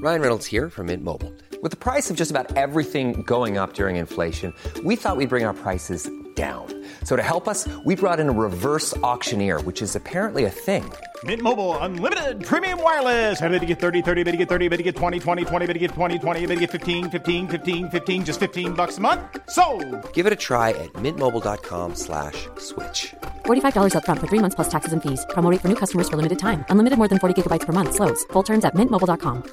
Ryan Reynolds here from Mint Mobile. With the price of just about everything going up during inflation, we thought we'd bring our prices down. So to help us, we brought in a reverse auctioneer, which is apparently a thing. Mint Mobile Unlimited Premium Wireless. How to get 30, 30, bit to get 30, bit to get 20, 20, 20, bit to get 20, 20, bit to get 15, 15, 15, 15, just $15 a month? Sold! Give it a try at mintmobile.com/switch. $45 up front for 3 months plus taxes and fees. Promo rate for new customers for limited time. Unlimited more than 40 gigabytes per month. Slows full terms at mintmobile.com.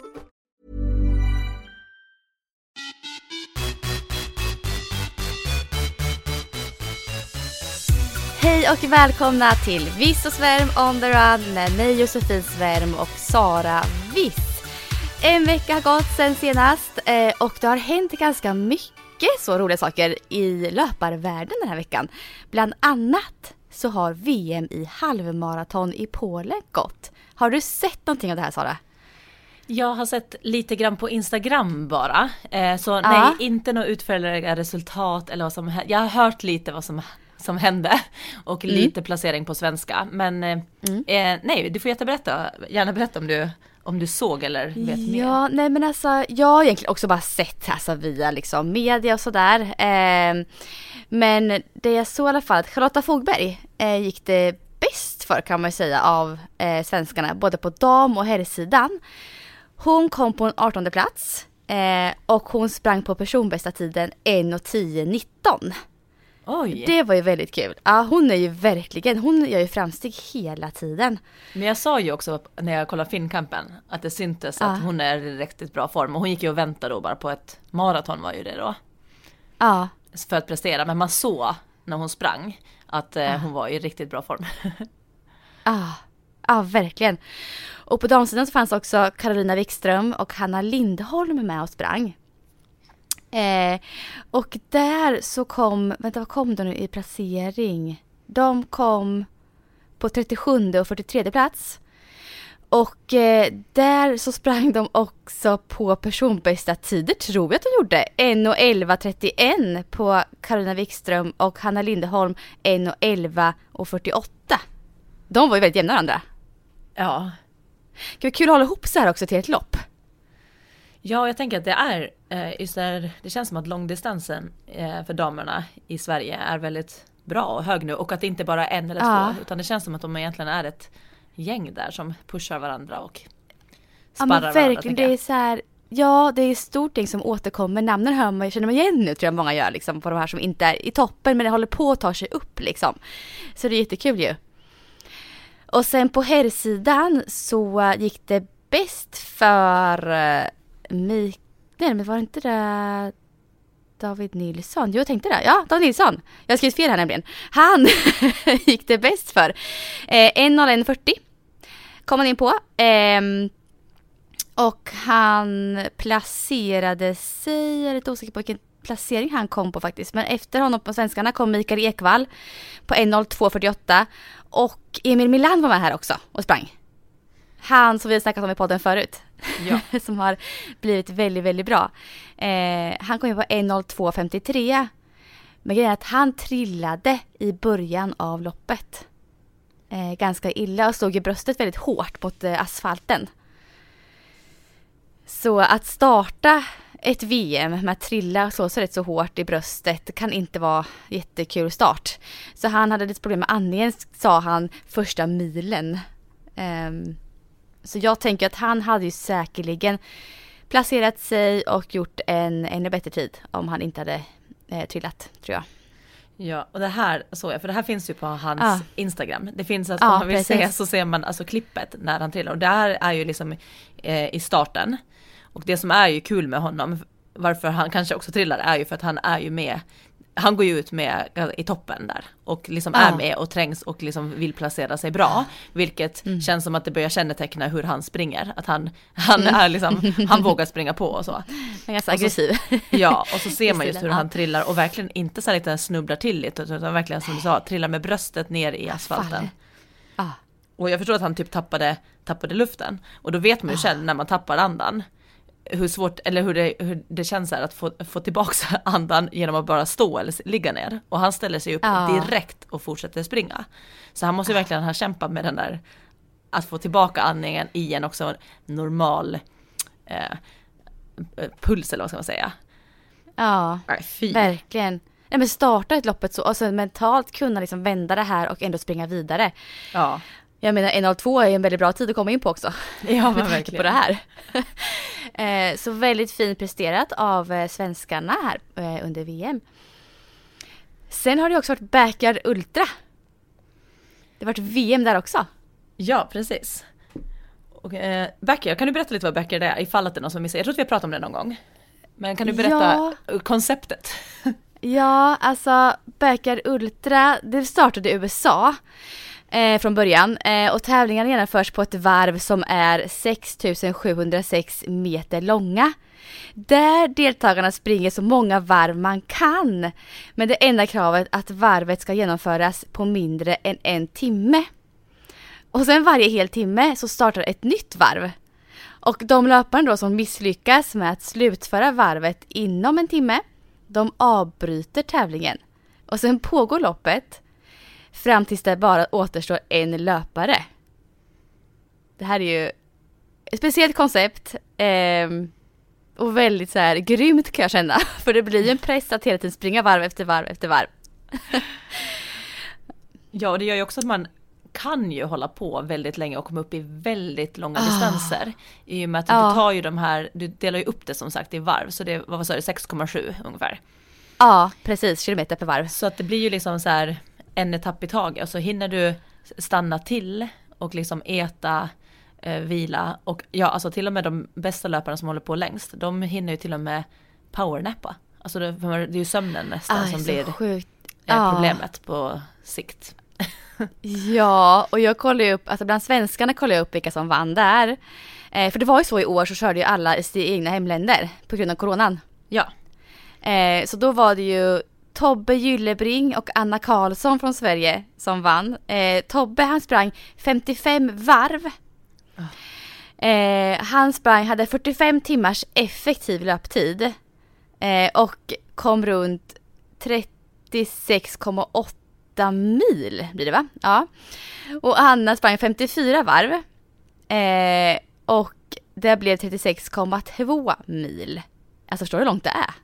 Hej och välkomna till Viss och Svärm on the run med mig Josefin Svärm och Sara Viss. En vecka har gått sen senast och det har hänt ganska mycket så roliga saker i löparvärlden den här veckan. Bland annat så har VM i halvmaraton i Polen gått. Har du sett någonting av det här, Sara? Jag har sett lite grann på Instagram bara. Så nej, inte några utförliga resultat eller vad som. Jag har hört lite vad som hände och lite placering på svenska. Men nej, du får gärna berätta om du såg eller vet mer. Ja, nej men alltså jag har egentligen också bara sett alltså, via liksom media och sådär. Men det jag såg i alla fall att Charlotta Fogberg gick det bäst för kan man säga av svenskarna både på dam- och herrsidan. Hon kom på en 18:e plats och hon sprang på personbästa tiden 1:10:19. Oj. Det var ju väldigt kul. Ja, hon gör ju framsteg hela tiden. Men jag sa ju också när jag kollade Finnkampen att det syntes att hon är i riktigt bra form. Och hon gick ju och väntade då bara på ett maraton var ju det då. Ja. För att prestera. Men man såg när hon sprang att hon var i riktigt bra form. Ja, verkligen. Och på damsidan så fanns också Carolina Wikström och Hanna Lindholm med och sprang. Och där så vad kom de nu i placering? De kom på 37:e och 43:e plats. Och där så sprang de också på personbästa tider, tror jag att de gjorde. 1:11:31 på Carolina Wikström och Hanna Lindholm 1:11:48. De var ju väldigt jämna varandra. Ja. Det var kul att hålla ihop så här också till ett lopp. Ja, jag tänker att det är just där, det känns som att långdistansen för damerna i Sverige är väldigt bra och hög nu. Och att det inte bara är en eller två, utan det känns som att de egentligen är ett gäng där som pushar varandra och sparrar varandra. Verkligen, det är så här, ja, det är ett stort ting som återkommer. Namnen känner man igen nu, tror jag många gör liksom, på de här som inte är i toppen men det håller på att ta sig upp liksom. Så det är jättekul ju. Och sen på herrsidan så gick det bäst för nej, men var det inte det David Nilsson? Jo, jag tänkte det. Ja, David Nilsson. Jag har skrivit fel här nämligen. Han gick det bäst för. 1:01:40 kom han in på. Och han placerade sig, jag är lite osäker på vilken placering han kom på faktiskt. Men efter honom på svenskarna kom Mikael Ekvall på 1:02:48. Och Emil Milan var med här också och sprang. Han som vi har snackat om i podden förut. Ja. Som har blivit väldigt, väldigt bra. Han kom ju på 1:02:53. Men grejen är att han trillade i början av loppet. Ganska illa och slog i bröstet väldigt hårt mot asfalten. Så att starta ett VM med att trilla så rätt så hårt i bröstet kan inte vara jättekul start. Så han hade lite problem med andningen, sa han, första milen. Så jag tänker att han hade ju säkerligen placerat sig och gjort en ännu bättre tid om han inte hade trillat, tror jag. Ja, och det här såg jag, för det här finns ju på hans Instagram. Det finns att om man vill se så ser man alltså klippet när han trillar. Och det här är ju liksom i starten. Och det som är ju kul med honom, varför han kanske också trillar, är ju för att han är ju med. Han går ju ut med i toppen där och liksom är med och trängs och liksom vill placera sig bra, vilket känns som att det börjar känneteckna hur han springer, att han är liksom, han vågar springa på och så. Han är ganska aggressiv. Ja, och så ser man just hur han trillar och verkligen inte så lite snubblar till lite, utan verkligen som du sa, trillar med bröstet ner i asfalten. Och jag förstår att han typ tappade luften, och då vet man ju själv när man tappar andan hur svårt, eller hur det känns här att få tillbaka andan genom att bara stå eller ligga ner. Och han ställer sig upp direkt och fortsätter springa. Så han måste ju verkligen ha kämpat med den där, att få tillbaka andningen i en också normal puls eller vad ska man säga. Ja, verkligen. Nej, men starta ett loppet så, och sen mentalt kunna liksom vända det här och ändå springa vidare. Ja. Jag menar 1:02 är en väldigt bra tid att komma in på också. Ja, men verkligen. På det här. Så väldigt fint presterat av svenskarna här under VM. Sen har det också varit Backyard Ultra. Det har varit VM där också. Ja, precis. Och, Backyard, kan du berätta lite vad Backyard är ifall att det är någon som missar? Jag tror att vi har pratat om det någon gång. Men kan du berätta konceptet? Ja, alltså Backyard Ultra, det startade i USA från början. Och tävlingarna genomförs på ett varv som är 6706 meter långa. Där deltagarna springer så många varv man kan. Men det enda kravet att varvet ska genomföras på mindre än 1 timme. Och sen varje hel timme så startar ett nytt varv. Och de löpare då som misslyckas med att slutföra varvet inom 1 timme, de avbryter tävlingen. Och sen pågår loppet fram tills det bara återstår en löpare. Det här är ju ett speciellt koncept. Och väldigt så här grymt kan jag känna. För det blir ju en press att hela tiden springa varv efter varv efter varv. Ja, och det gör ju också att man kan ju hålla på väldigt länge och komma upp i väldigt långa distanser. I och med att du tar ju de här, du delar ju upp det som sagt i varv. Så det var 6,7 ungefär. Ja, precis. Kilometer per varv. Så att det blir ju liksom så här en etapp i taget. Och så hinner du stanna till och liksom äta, vila. Och ja, alltså till och med de bästa löparna som håller på längst, de hinner ju till och med powernappa. Alltså det är ju sömnen nästan som blir problemet på sikt. Ja, och jag kollar ju upp, alltså bland svenskarna kollar jag upp vilka som vann där. För det var ju så i år så körde ju alla i sina egna hemländer på grund av coronan. Ja. Så då var det ju Tobbe Gyllebring och Anna Karlsson från Sverige som vann. Tobbe han sprang 55 varv. Han hade 45 timmars effektiv löptid. Och kom runt 36,8 mil blir det va? Ja. Och Anna sprang 54 varv. Och det blev 36,2 mil. Alltså förstår du hur långt det är?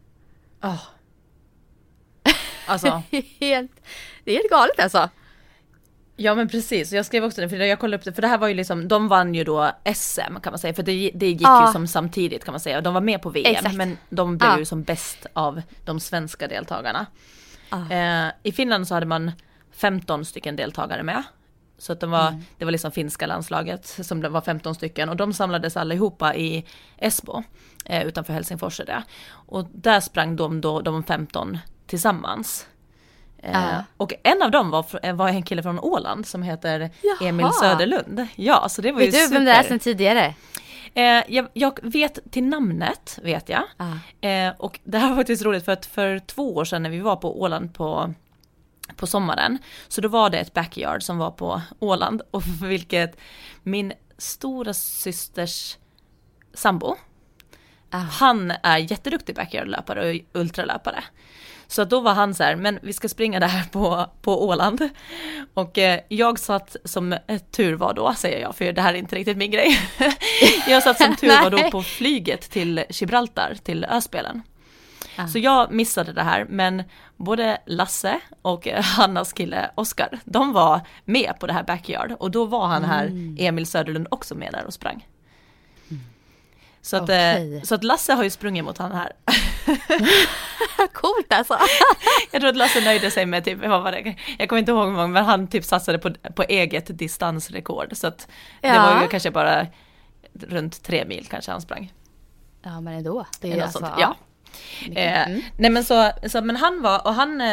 Alltså. Det är helt galet alltså. Ja men precis, jag skrev också det för jag kollade upp det, för det här var ju liksom, de vann ju då SM kan man säga, för det gick ju som samtidigt kan man säga, och de var med på VM. Exakt. Men de blev ju som bäst av de svenska deltagarna. I Finland så hade man 15 stycken deltagare med, så att det var liksom finska landslaget som det var 15 stycken, och de samlades allihopa i Esbo utanför Helsingfors där. Och där sprang de 15 tillsammans. Och en av dem var en kille från Åland som heter Emil Söderlund. Ja, så det var ju super. Vet du vem det är sedan tidigare? Jag vet till namnet, vet jag. Och det här var faktiskt roligt för att för 2 år sedan när vi var på Åland på sommaren, så då var det ett backyard som var på Åland, och för vilket min stora systers sambo, han är jätteduktig backyardlöpare och ultralöpare. Så då var han så här, men vi ska springa där på Åland. Och jag satt som tur var då, säger jag, för det här är inte riktigt min grej. Jag satt som tur var då på flyget till Gibraltar, till öspelen. Så jag missade det här, men både Lasse och Hannas kille Oskar, de var med på det här backyard. Och då var han här, Emil Söderlund, också med där och sprang. Så att Lasse har ju sprungit mot han här. Coolt alltså. Jag tror att Lasse nöjde sig med typ, vad var det? Jag kommer inte ihåg hur många, men han typ satsade på eget distansrekord. Så att det var ju kanske bara runt 3 mil kanske han sprang. Ja, men ändå. Det är alltså, ja. Nej men så men han var, och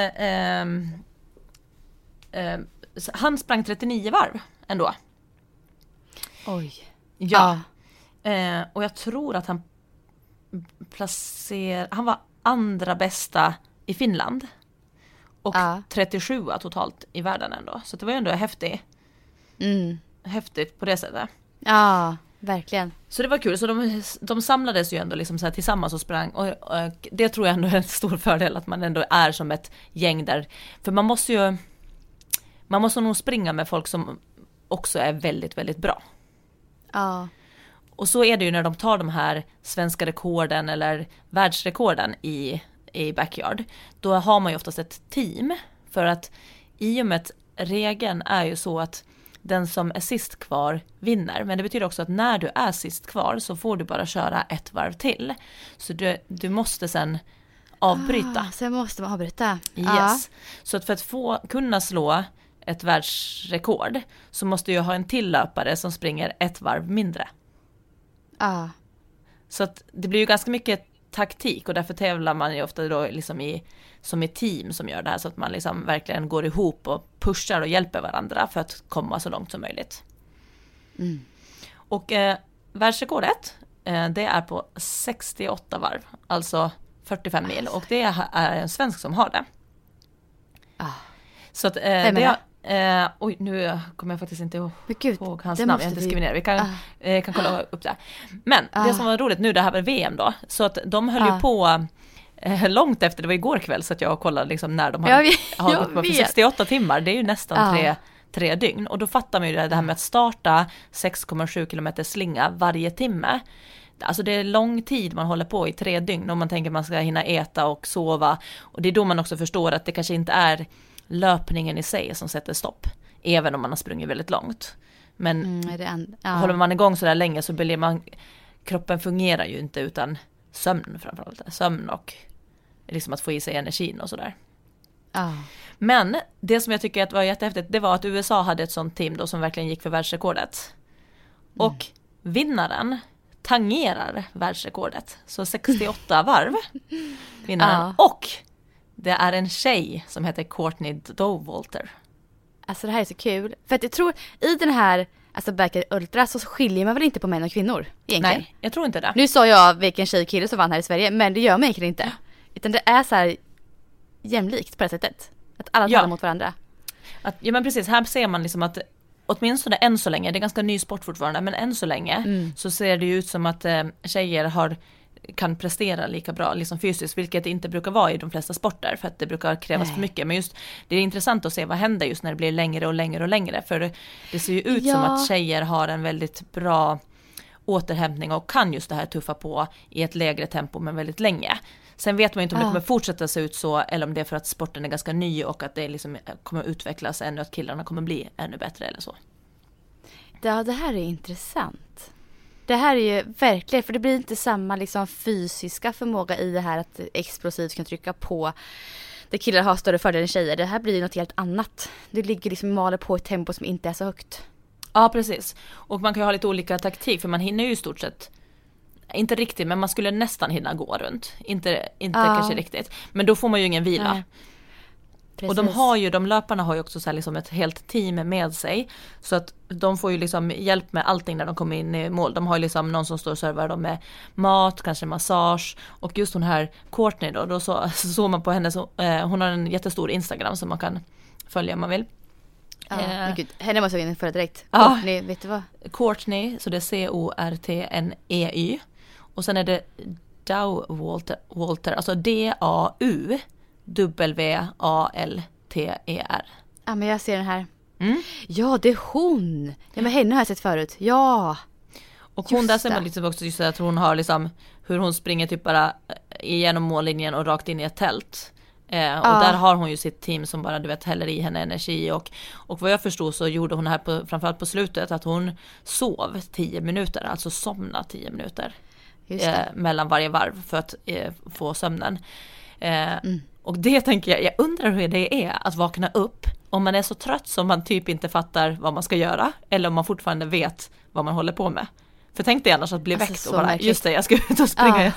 han sprang 39 varv ändå. Oj. Ja. Och jag tror att han var andra bästa i Finland och 37 totalt i världen ändå. Så det var ju ändå häftigt på det sättet. Ja, verkligen. Så det var kul. Så de samlades ju ändå liksom så här tillsammans och sprang. Och det tror jag ändå är en stor fördel, att man ändå är som ett gäng där. För man måste nog springa med folk som också är väldigt, väldigt bra. Ja. Och så är det ju när de tar de här svenska rekorden eller världsrekorden i backyard. Då har man ju oftast ett team. För att i och med att regeln är ju så att den som är sist kvar vinner. Men det betyder också att när du är sist kvar så får du bara köra ett varv till. Så du måste sen avbryta. Sen måste man avbryta. Yes. Så att för att kunna slå ett världsrekord så måste du ha en till löpare som springer ett varv mindre. Så att det blir ju ganska mycket taktik och därför tävlar man ju ofta då liksom som ett team som gör det här så att man liksom verkligen går ihop och pushar och hjälper varandra för att komma så långt som möjligt. Och världsrekordet det är på 68 varv, alltså 45 mil och det är en svensk som har det. Så att oj, nu kommer jag faktiskt inte ihåg hans namn, jag diskriminerar. Vi kan kolla upp det. Men det som var roligt nu, det här med VM då, så att de höll ju på långt efter, det var igår kväll så att jag kollade liksom när de har gått på för 68 timmar, det är ju nästan 3 dygn. Och då fattar man ju det här med att starta 6,7 kilometer slinga varje timme. Alltså det är lång tid man håller på i 3 dygn om man tänker att man ska hinna äta och sova. Och det är då man också förstår att det kanske inte är löpningen i sig som sätter stopp. Även om man har sprungit väldigt långt. Men håller man igång så där länge så blir kroppen fungerar ju inte utan sömn framförallt. Sömn och liksom att få i sig energin och sådär. Men det som jag tycker att var jättehäftigt, det var att USA hade ett sånt team då som verkligen gick för världsrekordet. Och vinnaren tangerar världsrekordet. Så 68 varv vinnaren. Och det är en tjej som heter Courtney Dauwalter. Alltså det här är så kul. För att jag tror i den här Backyard Ultra så skiljer man väl inte på män och kvinnor egentligen? Nej, jag tror inte det. Nu sa jag vilken tjej och kille som vann här i Sverige, men det gör man egentligen inte. Utan det är så här jämlikt på det sättet. Att alla talar mot varandra. Ja men precis, här ser man liksom att åtminstone än så länge, det är ganska ny sport fortfarande, men än så länge så ser det ju ut som att tjejer kan prestera lika bra liksom fysiskt, vilket det inte brukar vara i de flesta sporter för att det brukar krävas för mycket. Men just det är intressant att se vad händer just när det blir längre och längre och längre, för det ser ju ut som att tjejer har en väldigt bra återhämtning och kan just det här tuffa på i ett lägre tempo men väldigt länge. Sen vet man inte om det kommer fortsätta se ut så eller om det är för att sporten är ganska ny och att det liksom kommer utvecklas ännu, att killarna kommer bli ännu bättre eller så. Ja, det här är intressant. Det här är ju verkligen, för det blir inte samma liksom fysiska förmåga i det här att explosivt kan trycka på. Det killar har större fördel än tjejer. Det här blir ju något helt annat. Det ligger liksom maler på ett tempo som inte är så högt. Ja, precis. Och man kan ju ha lite olika taktik för man hinner ju i stort sett, inte riktigt, men man skulle nästan hinna gå runt. Inte kanske riktigt. Men då får man ju ingen vila. Nej. Och de löparna har ju också så här liksom ett helt team med sig. Så att de får ju liksom hjälp med allting när de kommer in i mål. De har ju liksom någon som står och servar dem med mat, kanske massage. Och just hon här Courtney då såg man på henne, hon har en jättestor Instagram som man kan följa om man vill. Gud, henne måste jag följa direkt. Courtney, vet du vad? Courtney, så det är Cortney. Och sen är det Dauwalter, alltså Dauwalter. Ja, men jag ser den här. Ja, det är hon. Ja, men henne har jag sett förut. Ja. Och hon där ser man liksom också just att hon har liksom hur hon springer typ bara igenom mållinjen och rakt in i ett tält. Och där har hon ju sitt team som bara, du vet, häller i henne energi. Och vad jag förstod så gjorde hon här framförallt på slutet att hon sov 10 minuter, alltså somna 10 minuter mellan varje varv för att få sömnen. Och det tänker jag undrar hur det är att vakna upp om man är så trött som man typ inte fattar vad man ska göra, eller om man fortfarande vet vad man håller på med. För tänk dig annars att bli väckt och bara, märkligt. Just det, jag ska ut och springa.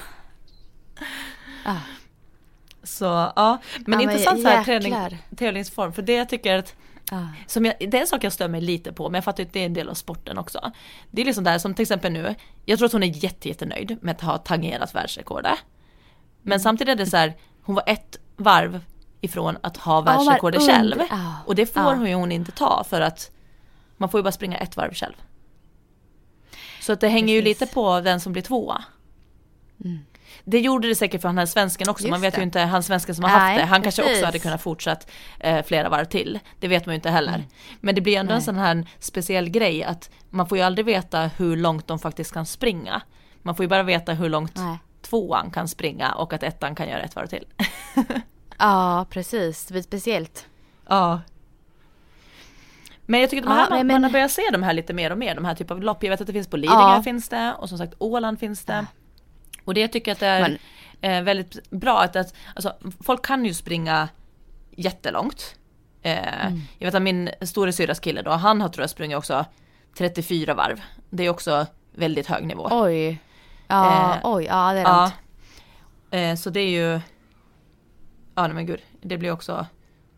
Så men intressant så här tävlingsform, för det jag tycker att det är en sak jag stör mig lite på, men jag fattar att det är en del av sporten också. Det är liksom där som till exempel nu, jag tror att hon är jättenöjd med att ha tangerat världsrekordet. Men samtidigt är det så här, hon var ett varv ifrån att ha världsrekordet själv. Och det får hon inte ta, för att man får ju bara springa ett varv själv. Så att det hänger ju lite på den som blir tvåa. Det gjorde det säkert för han här svensken också. Man vet ju inte, han svensken som har haft det. Han kanske också hade kunnat fortsatt flera varv till. Det vet man ju inte heller. Men det blir ändå en sån här speciell grej att man får ju aldrig veta hur långt de faktiskt kan springa. Man får ju bara veta hur långt 2:an kan springa och att 1:an kan göra ett varv till. Ja, precis. Det blir speciellt. Ja. Men jag tycker att man har börjat se de här lite mer och mer, de här typ av lopp. Jag vet att det finns på Lidingö finns det, och som sagt Åland finns det. Och det jag tycker att det är väldigt bra att alltså, folk kan ju springa jättelångt. Jag vet att min stora syrras kille då, han har tror jag sprungit också 34 varv. Det är också väldigt hög nivå. Oj. Ja, det är det. Så det är ju nej men gud, det blir också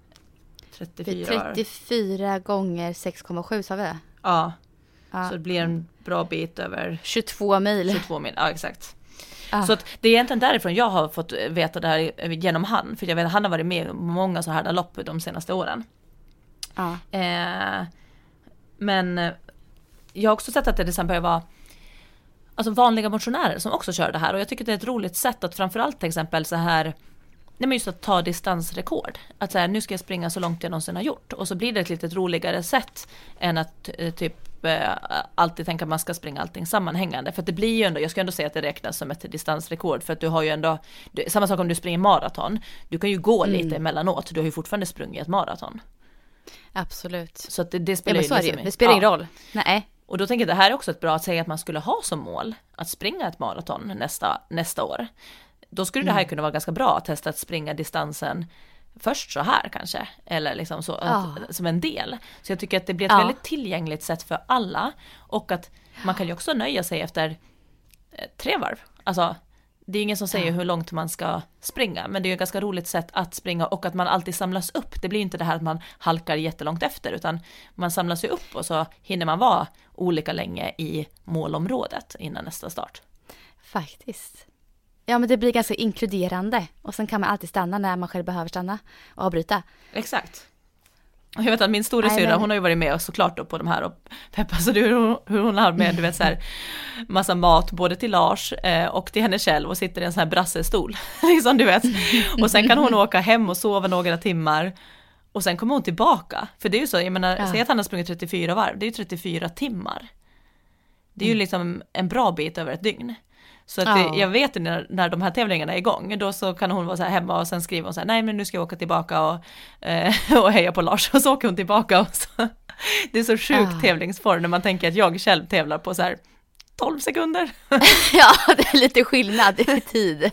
34 gånger 6,7 sa vi det? Ja. Så det blir en bra bit över 22 mil. 22 mil, ja exakt. Så att det är egentligen därifrån jag har fått veta det här genom han. För jag vet att han har varit med i många så här lopp de senaste åren. Men jag har också sett att det till exempel var alltså vanliga motionärer som också kör det här. Och jag tycker det är ett roligt sätt att framförallt till exempel så här, nej men just att ta distansrekord. Att så här, nu ska jag springa så långt jag någonsin har gjort. Och så blir det ett lite roligare sätt än att alltid tänka att man ska springa allting sammanhängande. För att det blir ju ändå, jag ska ändå säga att det räknas som ett distansrekord. För att du har ju ändå, samma sak om du springer maraton. Du kan ju gå lite emellanåt. Du har ju fortfarande sprungit ett maraton. Absolut. Så att det spelar ju liksom, det spelar ingen roll. Nej. Och då tänker jag att det här är också ett bra att säga att man skulle ha som mål att springa ett maraton nästa år. Då skulle det här kunna vara ganska bra att testa att springa distansen först så här kanske. Eller liksom så som en del. Så jag tycker att det blir ett väldigt tillgängligt sätt för alla. Och att man kan ju också nöja sig efter 3 varv. Alltså det är ingen som säger hur långt man ska springa. Men det är ju ett ganska roligt sätt att springa. Och att man alltid samlas upp. Det blir inte det här att man halkar jättelångt efter. Utan man samlas ju upp och så hinner man vara olika länge i målområdet innan nästa start. Faktiskt. Ja, men det blir ganska inkluderande. Och sen kan man alltid stanna när man själv behöver stanna och avbryta. Exakt. Och jag vet att min stora syra, hon har ju varit med såklart då på de här och Peppa, så hur hon har med, du vet så här, massa mat både till Lars och till henne själv och sitter i en sån här brassestol. liksom du vet. Och sen kan hon åka hem och sova några timmar. Och sen kommer hon tillbaka. För det är ju så, jag menar, säg att han har sprungit 34 varv. Det är ju 34 timmar. Det är ju liksom en bra bit över ett dygn. Så att jag vet när de här tävlingarna är igång, då så kan hon vara så här hemma och sen skriver hon så här, nej men nu ska jag åka tillbaka och heja på Lars, och så åker hon tillbaka. Och så. Det är så sjukt tävlingsform när man tänker att jag själv tävlar på så här 12 sekunder. Ja, det är lite skillnad i tid.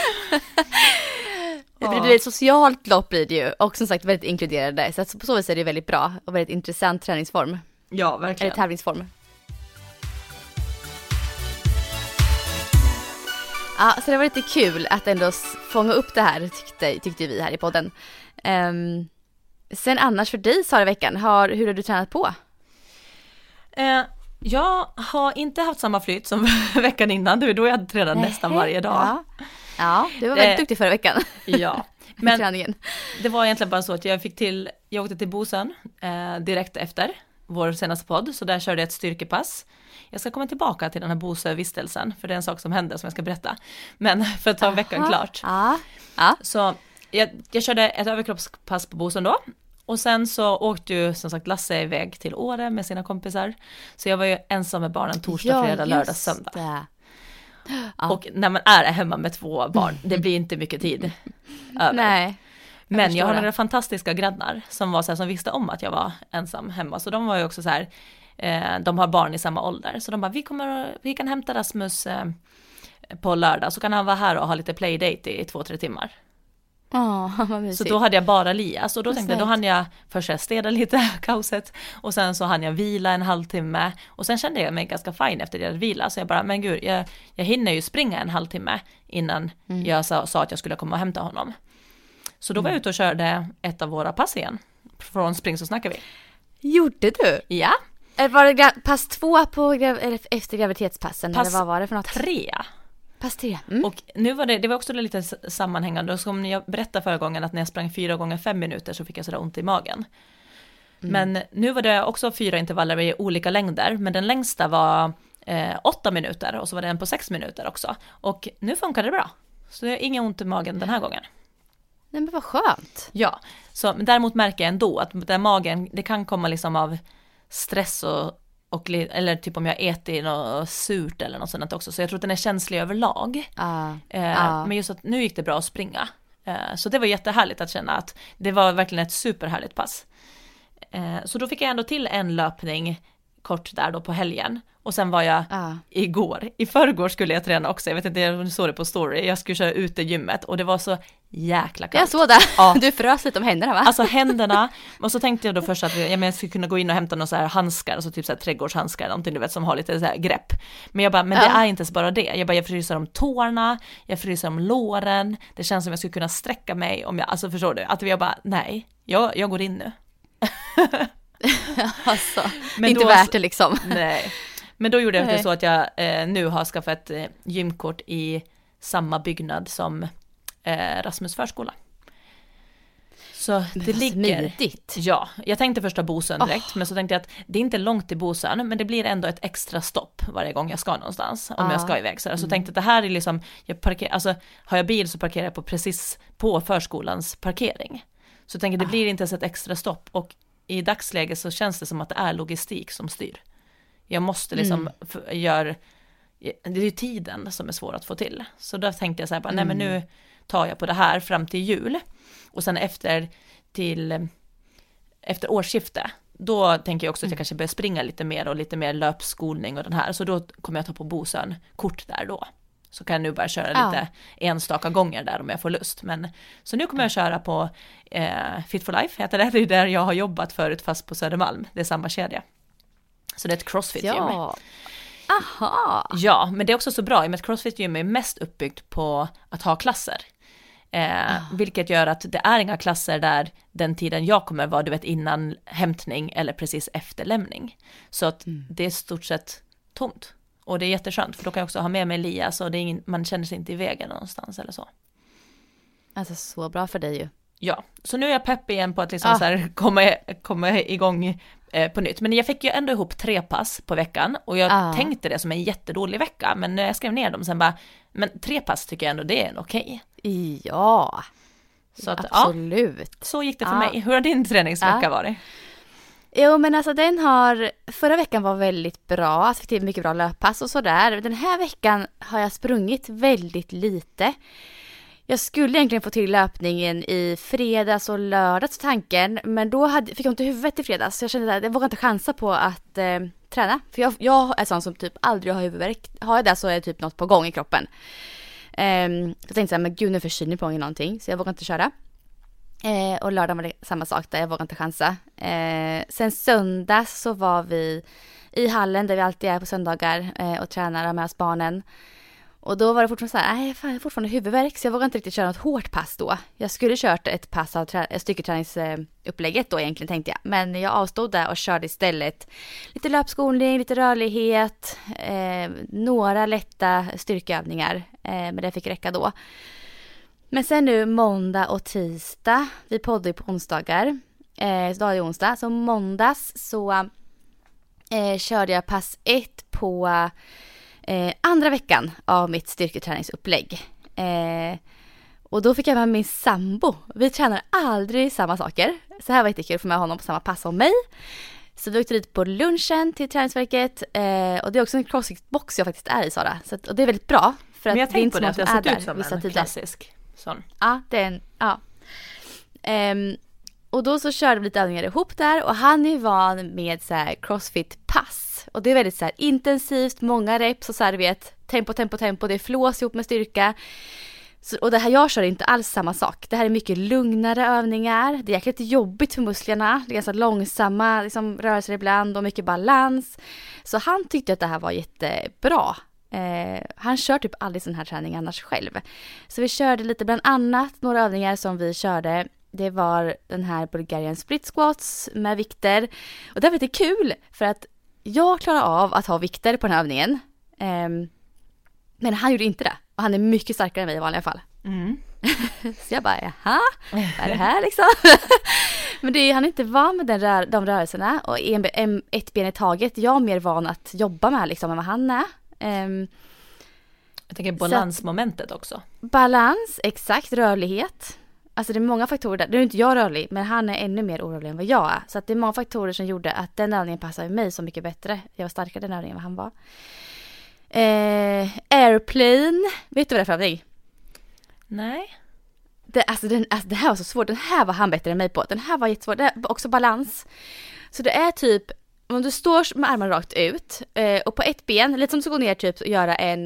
Det blir ett socialt lopp blir det ju, och som sagt väldigt inkluderande. Så att på så vis är det väldigt bra och väldigt intressant träningsform. Ja, verkligen. Eller tävlingsform. Ja, så det var lite kul att ändå fånga upp det här, tyckte vi här i podden. Sen annars för dig, Sara, veckan, hur har du tränat på? Jag har inte haft samma flyt som veckan innan. Det var då jag hade tränat nästan varje dag. Ja, du var väldigt duktig förra veckan. Ja, men det var egentligen bara så att jag åkte till Bosön direkt efter vår senaste podd. Så där körde jag ett styrkepass. Jag ska komma tillbaka till den här Bosö-vistelsen, för det är en sak som händer som jag ska berätta. Men för att ta veckan klart. Så jag körde ett överkroppspass på Bosön då. Och sen så åkte ju som sagt Lasse iväg till Åre med sina kompisar. Så jag var ju ensam med barnen torsdag, fredag, lördag, söndag. Och när man är hemma med 2 barn, det blir inte mycket tid över. Nej. Men jag har några fantastiska grannar som var så här, som visste om att jag var ensam hemma. Så de var ju också så här, de har barn i samma ålder. Så de bara, vi kan hämta Rasmus på lördag, så kan han vara här och ha lite playdate i 2-3 timmar. Vad mysigt. Så då hade jag bara Lias, och då tänkte jag, då hann jag först städa lite kaoset, och sen så hann jag vila en halvtimme, och sen kände jag mig ganska fin efter det jag vila, så jag bara, men gud, jag hinner ju springa en halvtimme innan jag sa att jag skulle komma och hämta honom. Så då var jag ute och körde ett av våra pass igen, från Spring så snackar vi. Gjorde du? Ja. Var det pass 2 efter graviditetspassen? Pass eller vad var det för något? 3. Pass 3. Och nu var det var också lite sammanhängande. Och som jag berättade förra gången, att när jag sprang 4 gånger 5 minuter så fick jag sådär ont i magen. Men nu var det också 4 intervaller i olika längder. Men den längsta var 8 minuter och så var det en på 6 minuter också. Och nu funkar det bra. Så det är inget ont i magen den här gången. Nej, men vad skönt. Ja, men däremot märker jag ändå att den magen, det kan komma liksom av stress eller typ om jag äter något surt eller något sånt också. Så jag tror att den är känslig överlag. Men just att nu gick det bra att springa. Så det var jättehärligt att känna att det var verkligen ett superhärligt pass. Så då fick jag ändå till en löpning kort där då på helgen. Och sen var jag i förrgår skulle jag träna också. Jag vet inte, jag såg det på story. Jag skulle köra ut i gymmet och det var så jäkla kallt. Jag såg det. Ja. Du frös lite om händerna, va? Alltså händerna. Och så tänkte jag då först att jag skulle kunna gå in och hämta några så här handskar, alltså typ så här trädgårdshandskar, någonting du vet som har lite så här grepp. Men jag bara, det är inte så bara det. Jag fryser om tårna, jag fryser om låren. Det känns som jag skulle kunna sträcka mig om jag, alltså förstår du? Att jag bara, nej, jag går in nu. Alltså, men inte värt det liksom. Nej. Men då gjorde jag det så att jag nu har skaffat ett gymkort i samma byggnad som Rasmus förskola. Så det ligger smidigt. Ja, jag tänkte först ta Bosön direkt, men så tänkte jag att det är inte långt till Bosön, men det blir ändå ett extra stopp varje gång jag ska någonstans om jag ska iväg. Så tänkte att det här är liksom, har jag bil så parkerar jag precis på förskolans parkering. Så jag tänker det blir inte ens ett extra stopp, och i dagsläget så känns det som att det är logistik som styr. Jag måste liksom det är ju tiden som är svår att få till. Så då tänkte jag så här, nej men nu tar jag på det här fram till jul. Och sen efter årsskifte, då tänker jag också att jag kanske börjar springa lite mer och lite mer löpskolning och den här. Så då kommer jag ta på Bosön kort där då. Så kan jag nu bara köra lite enstaka gånger där om jag får lust. Så nu kommer jag köra på Fit for Life, heter det. Det är där jag har jobbat förut, fast på Södermalm. Det är samma kedja. Så det är ett CrossFit-gym. Ja. Aha. Ja, men det är också så bra. I och med att CrossFit-gym är mest uppbyggt på att ha klasser. Vilket gör att det är inga klasser där den tiden jag kommer vara, du vet, innan hämtning eller precis efter lämning. Så att det är stort sett tomt. Och det är jätteskönt, för då kan jag också ha med mig Elias och man känner sig inte i vägen någonstans eller så. Alltså så bra för dig ju. Ja, så nu är jag pepp igen på att liksom så här komma igång på nytt. Men jag fick ju ändå ihop 3 pass på veckan, och jag tänkte det som en jättedålig vecka, men när jag skrev ner dem sen bara, men 3 pass tycker jag ändå det är okej. Ja, så att, absolut. Så gick det för mig. Hur har din träningsvecka varit? Jo, men alltså förra veckan var väldigt bra, alltså fick till mycket bra löppass och sådär. Den här veckan har jag sprungit väldigt lite. Jag skulle egentligen få till löpningen i fredags och lördags tanken, men då fick jag inte huvudet i fredags, så jag kände att jag vågar inte chansa på att träna. För jag är sån som typ aldrig har huvudvärk. Har jag det så är det typ något på gång i kroppen. Jag tänkte så här, men gud, nu förkylning på gång någonting, så jag vågar inte köra. Och lördagen var det samma sak där, jag vågar inte chansa. Sen söndags så var vi i hallen där vi alltid är på söndagar och tränar med oss barnen. Och då var det fortfarande så här, jag har fortfarande huvudvärk, så jag vågade inte riktigt köra något hårt pass då. Jag skulle kört ett pass av styrketräningsupplägget då egentligen, tänkte jag. Men jag avstod där och körde istället lite löpskolning, lite rörlighet, några lätta styrkeövningar. Men det fick räcka då. Men sen nu måndag och tisdag, vi poddar ju på onsdagar, så då är det onsdag. Så måndags så körde jag pass 1 på andra veckan av mitt styrketräningsupplägg. Och då fick jag med min sambo. Vi tränar aldrig samma saker. Så här var jättekul att få med honom på samma pass som mig. Så vi åkte dit på lunchen till träningsverket. Och det är också en crossfit-box jag faktiskt är i, Sara. Så att, och det är väldigt bra. För men att det är inte så många som är där som vissa en tider. Klassisk sån. Ja, det är en, ja. Och då så körde vi lite övningar ihop där. Och han är van med så här crossfit-pass. Och det är väldigt så här intensivt, många reps och så här, vet, tempo. Det är flås ihop med styrka. Så, och det här jag kör är inte alls samma sak. Det här är mycket lugnare övningar. Det är jäkligt jobbigt för musklerna. Det är ganska långsamma liksom, rörelser ibland och mycket balans. Så han tyckte att det här var jättebra. Han kör typ aldrig sån här träning annars själv. Så vi körde lite bland annat några övningar som vi körde. Det var den här Bulgarian split squats med vikter. Och det var lite kul för att jag klarar av att ha vikter på den här övningen. Men han gjorde inte det. Och han är mycket starkare än mig i vanliga fall. Så jag bara, jaha, vad är det här liksom? Men han är inte van med de rörelserna och ett ben i taget. Jag är mer van att jobba med liksom än vad han är. Jag tänker balansmomentet också. Balans, exakt, rörlighet. Alltså det är många faktorer där. Nu är inte jag rörlig, men han är ännu mer orolig än vad jag är. Så att det är många faktorer som gjorde att den övningen passade mig så mycket bättre. Jag var starkare den övningen än vad han var. Airplane, vet du vad det är för övning? Nej. Det här var så svårt. Den här var han bättre än mig på. Den här var jättesvår. Det är också balans. Så det är typ, om du står med armarna rakt ut och på ett ben, lite som du ska gå ner typ och göra en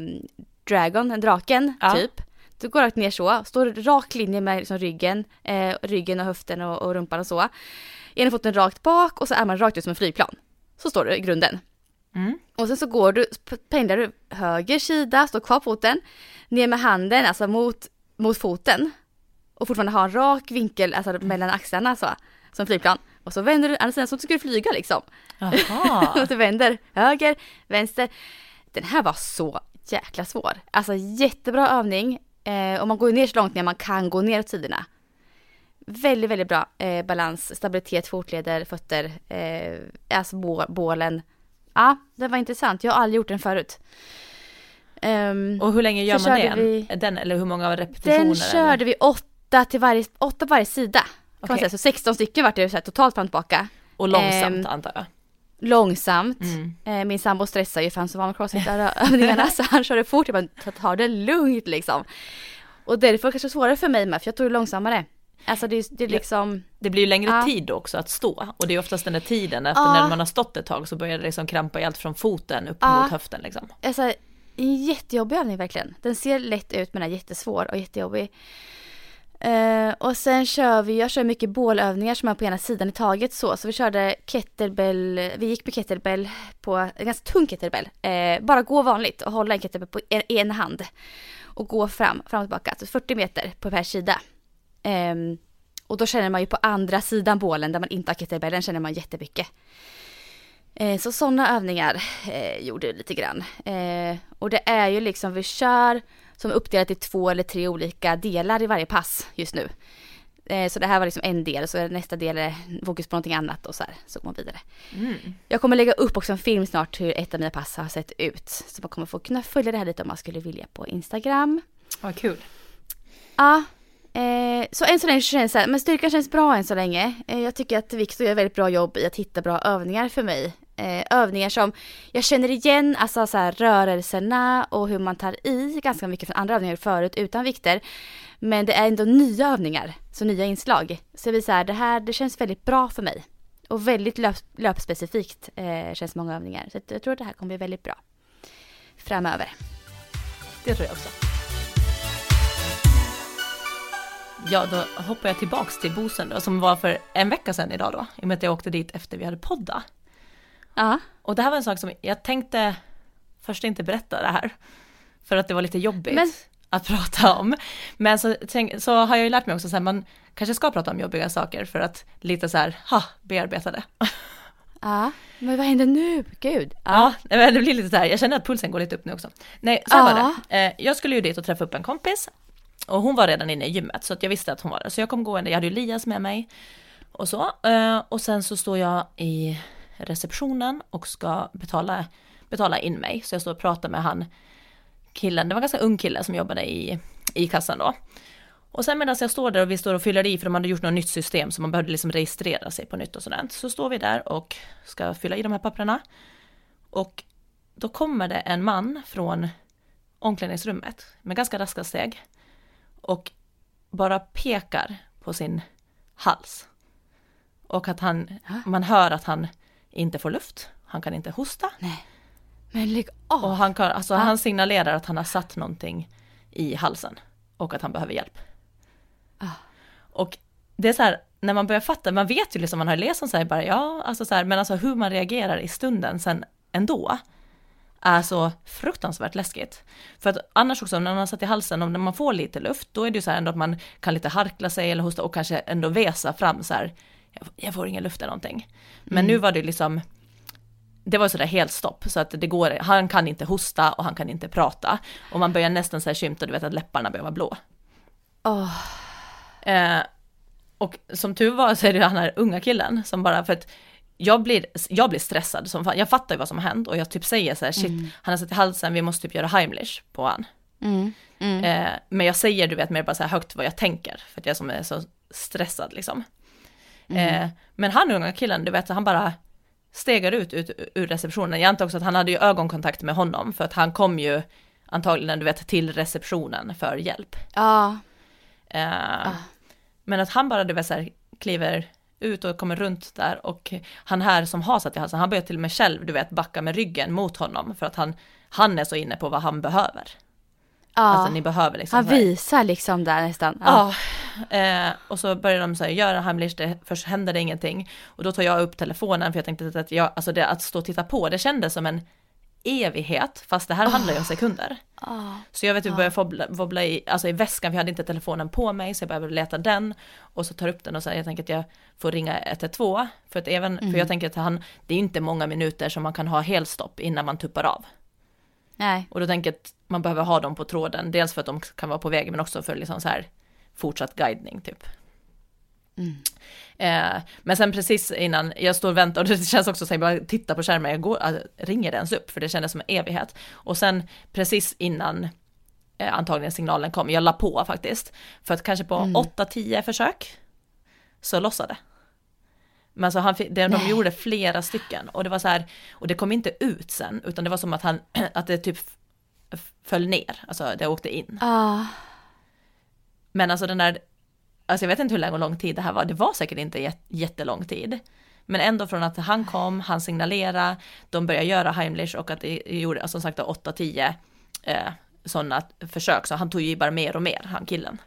draken typ. Du går rakt ner så, står rak linje med liksom ryggen och höften och rumpan och så. Ena foten rakt bak och så armarna rakt ut som en flygplan. Så står du i grunden. Och sen så går du, pendlar du höger sida, står kvar på foten, ner med handen, alltså mot foten. Och fortfarande ha en rak vinkel alltså mellan axlarna så, som flygplan. Och så vänder du andra sidan som att du skulle flyga liksom. Aha. Och du vänder höger, vänster. Den här var så jäkla svår. Alltså jättebra övning. Och man går ner så långt ner man kan gå ner åt sidorna. Väldigt, väldigt bra balans, stabilitet, fotleder, fötter, alltså bålen. Ja, det var intressant. Jag har aldrig gjort den förut. Och hur länge gör man den? Eller hur många repetitioner? Den körde vi 8 på varje sida. Kan man säga. Så 16 stycken var det så här, totalt fram och tillbaka. Och långsamt antar jag. Långsamt. Min sambo stressar ju för han så var med crossfit-övningarna så han körde fort. Jag bara, ta det lugnt liksom. Och därför kanske svårare för mig med, för jag tog det långsammare. Alltså det är liksom... Det blir ju längre tid också att stå. Och det är oftast den där tiden efter när man har stått ett tag så börjar det liksom krampa i allt från foten upp mot höften liksom. Alltså, en jättejobbig övning verkligen. Den ser lätt ut men är jättesvår och jättejobbig. Och sen jag kör mycket bålövningar som är på ena sidan i taget så vi körde kettlebell, vi gick med kettlebell på en ganska tung kettlebell, bara gå vanligt och hålla en kettlebell på en hand och gå fram och tillbaka, alltså 40 meter på per sida. Och då känner man ju på andra sidan bålen där man inte har kettlebellen känner man jättemycket. Så sådana övningar gjorde lite grann. Och det är ju liksom vi kör som är uppdelat i 2 eller 3 olika delar i varje pass just nu. Så det här var liksom en del, så nästa del är fokus på någonting annat och så går man vidare. Jag kommer lägga upp också en film snart hur ett av mina pass har sett ut. Så man kommer få kunna följa det här lite om man skulle vilja på Instagram. Vad kul. Ja. Så än så länge känns det, men styrkan känns bra än så länge. Jag tycker att Victor gör väldigt bra jobb i att hitta bra övningar för mig. Övningar som jag känner igen, alltså så här, rörelserna och hur man tar i ganska mycket från andra övningar förut utan vikter. Men det är ändå nya övningar, så nya inslag. Så vi säger det känns väldigt bra för mig. Och väldigt löpspecifikt känns många övningar. Så jag tror att det här kommer bli väldigt bra framöver. Det tror jag också. Ja, då hoppar jag tillbaks till Bosön då, som var för en vecka sedan idag då. I och med att jag åkte dit efter vi hade poddat. Ja. Och det här var en sak som jag tänkte först inte berätta det här. För att det var lite jobbigt att prata om. Men så har jag ju lärt mig också att man kanske ska prata om jobbiga saker för att lite så här, bearbeta det. Ja, men vad händer nu? Gud. Ja, det blir lite så här, jag känner att pulsen går lite upp nu också. Nej, så var det. Jag skulle ju dit och träffa upp en kompis. Och hon var redan inne i gymmet så att jag visste att hon var där. Så jag kom gående, jag hade ju Elias med mig och så. Och sen så står jag i receptionen och ska betala in mig. Så jag står och pratar med han killen, det var en ganska ung kille som jobbade i kassan då. Och sen medan jag står där och vi står och fyller i, för de hade gjort något nytt system så man behövde liksom registrera sig på nytt och sådant. Så står vi där och ska fylla i de här papperna. Och då kommer det en man från omklädningsrummet med ganska raska steg. Och bara pekar på sin hals. Och att man hör att han inte får luft. Han kan inte hosta. Nej. Men lägg av. Och han signalerar att han har satt någonting i halsen. Och att han behöver hjälp. Och det är så här, när man börjar fatta, man vet ju liksom, man har läst om så här, bara, men alltså hur man reagerar i stunden sen ändå är så fruktansvärt läskigt. För att annars också, när man har satt i halsen, om när man får lite luft, då är det ju så här ändå att man kan lite harkla sig eller hosta och kanske ändå väsa fram så här, jag får ingen luft eller någonting. Men nu var det liksom, det var så där helt stopp, så att det går, han kan inte hosta och han kan inte prata. Och man börjar nästan så här skymta, du vet att läpparna börjar vara blå. Och som tur var så är det den här unga killen som bara, för att jag blir stressad som fan. Jag fattar ju vad som har hänt och jag typ säger så här, shit, han har satt i halsen, vi måste typ göra Heimlich på han. Men jag säger, du vet, mer bara så här högt vad jag tänker, för att jag som är så stressad liksom. Men han unga killen, du vet, han bara stegar ut ur receptionen. Jag antar också att han hade ju ögonkontakt med honom, för att han kom ju antagligen, du vet, till receptionen för hjälp. Men att han bara, du vet, så här, kliver ut och kommer runt där, och han här som har satt i halsen, han börjar till och med själv, du vet, backa med ryggen mot honom, för att han är så inne på vad han behöver. Alltså ni behöver liksom. Han visar liksom där nästan. Och så börjar de så här, göra Heimlich, först händer det ingenting. Och då tar jag upp telefonen, för jag tänkte att att stå och titta på, det kändes som en evighet, fast det här handlar ju om sekunder. Så jag vet att jag började wobbla i väskan, för jag hade inte telefonen på mig, så jag började leta den, och så tar upp den och så här, jag tänker att jag får ringa 112, för att för jag tänker att det är inte många minuter som man kan ha helstopp innan man tuppar av. Nej. Och då tänker jag att man behöver ha dem på tråden, dels för att de kan vara på väg, men också för liksom så här fortsatt guidning typ. Men sen precis innan jag står och väntar, och det känns också så att jag bara tittar på skärmen, ringer det ens upp, för det kändes som en evighet. Och sen precis innan antagligen signalen kom, jag la på faktiskt, för att kanske på 8-10 försök så lossade. Men alltså de gjorde flera stycken, och det var så här, och det kom inte ut sen, utan det var som att det typ föll ner, alltså det åkte in. Men alltså den där, alltså jag vet inte hur lång tid det här var, det var säkert inte jättelång tid, men ändå från att han kom, han signalerade, de började göra Heimlich, och att det gjorde, alltså, som sagt 8-10 sådana försök, så han tog ju bara mer och mer, han killen.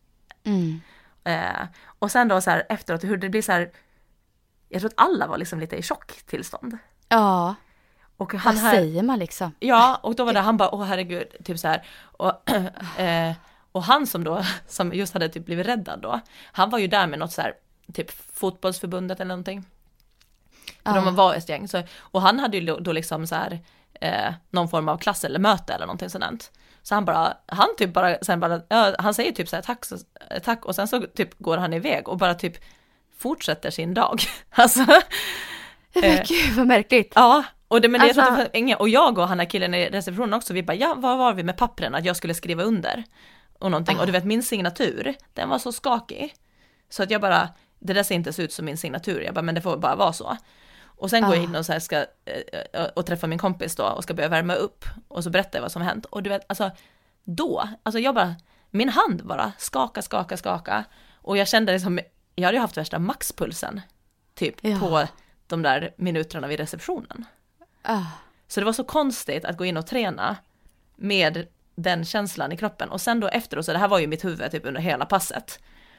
Och sen då så här efteråt, hur det blir så här, jag tror att alla var liksom lite i chocktillstånd. Ja. Och vad säger man liksom? Ja, och då var det, han bara, åh herregud, typ så här. Och han som just hade typ blivit räddad då, han var ju där med något så här, typ fotbollsförbundet eller någonting. För de var ett gäng. Och han hade ju då liksom så här, någon form av klass eller möte eller någonting sådant. Så han säger typ så här, tack, och sen så typ går han iväg och bara typ fortsätter sin dag. Alltså. Men gud, vad märkligt. Ja, och jag och han här killen i receptionen också, vi bara, ja, vad var vi med papperna att jag skulle skriva under och någonting. Och du vet, min signatur, den var så skakig, så att jag bara, det där ser inte ut som min signatur. Jag bara, men det får bara vara så. Och sen går jag in och så här ska och träffa min kompis då, och ska börja värma upp, och så berättar jag vad som har hänt. Och du vet, alltså jag bara, min hand bara skaka, och jag kände liksom, jag hade ju haft värsta maxpulsen typ på de där minuterna vid receptionen. Så det var så konstigt att gå in och träna med den känslan i kroppen. Och sen då efteråt, så det här var ju mitt huvud typ under hela passet.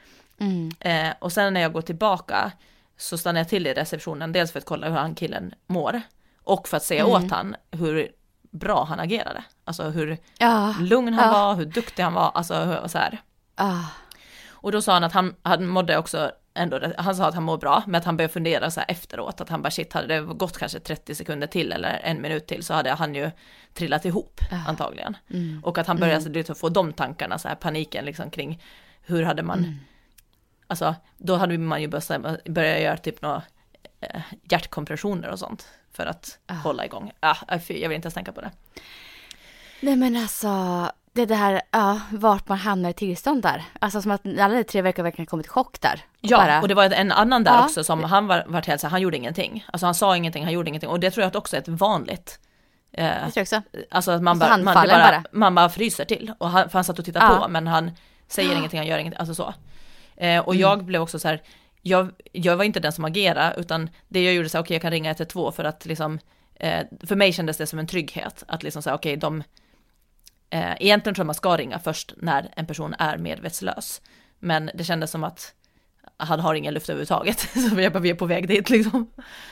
Och sen när jag går tillbaka så stannar jag till i receptionen, dels för att kolla hur han killen mår, och för att säga åt han hur bra han agerade. Alltså hur lugn han var, hur duktig han var, alltså så här. Och då sa han att han mådde också ändå, han sa att han mår bra, men att han började fundera så här efteråt, att han bara, shit, hade det gått kanske 30 sekunder till eller 1 minut till, så hade han ju trillat ihop antagligen. Och att han började få de tankarna, så här paniken liksom kring hur hade man, alltså då hade man ju börjat göra typ några hjärtkompressioner och sånt för att hålla igång. Jag vill inte ens tänka på det. Nej, men alltså det här, vart man hamnar i tillstånd där. Alltså som att alla 3 veckor verkligen kommit i chock där. Och det var en annan där också som han var helt så, han gjorde ingenting. Alltså han sa ingenting, han gjorde ingenting. Och det tror jag att också är ett vanligt. Jag tror också. Alltså att man bara fryser till. Och han satt och tittade på, men han säger ingenting, han gör ingenting. Alltså så. Och jag blev också så här, jag var inte den som agerade, utan det jag gjorde så här, okej, jag kan ringa 112 för att liksom, för mig kändes det som en trygghet. Att liksom säga, okej, egentligen tror jag man ska ringa först när en person är medvetslös. Men det kändes som att han har ingen luft överhuvudtaget. Så vi är på väg dit liksom.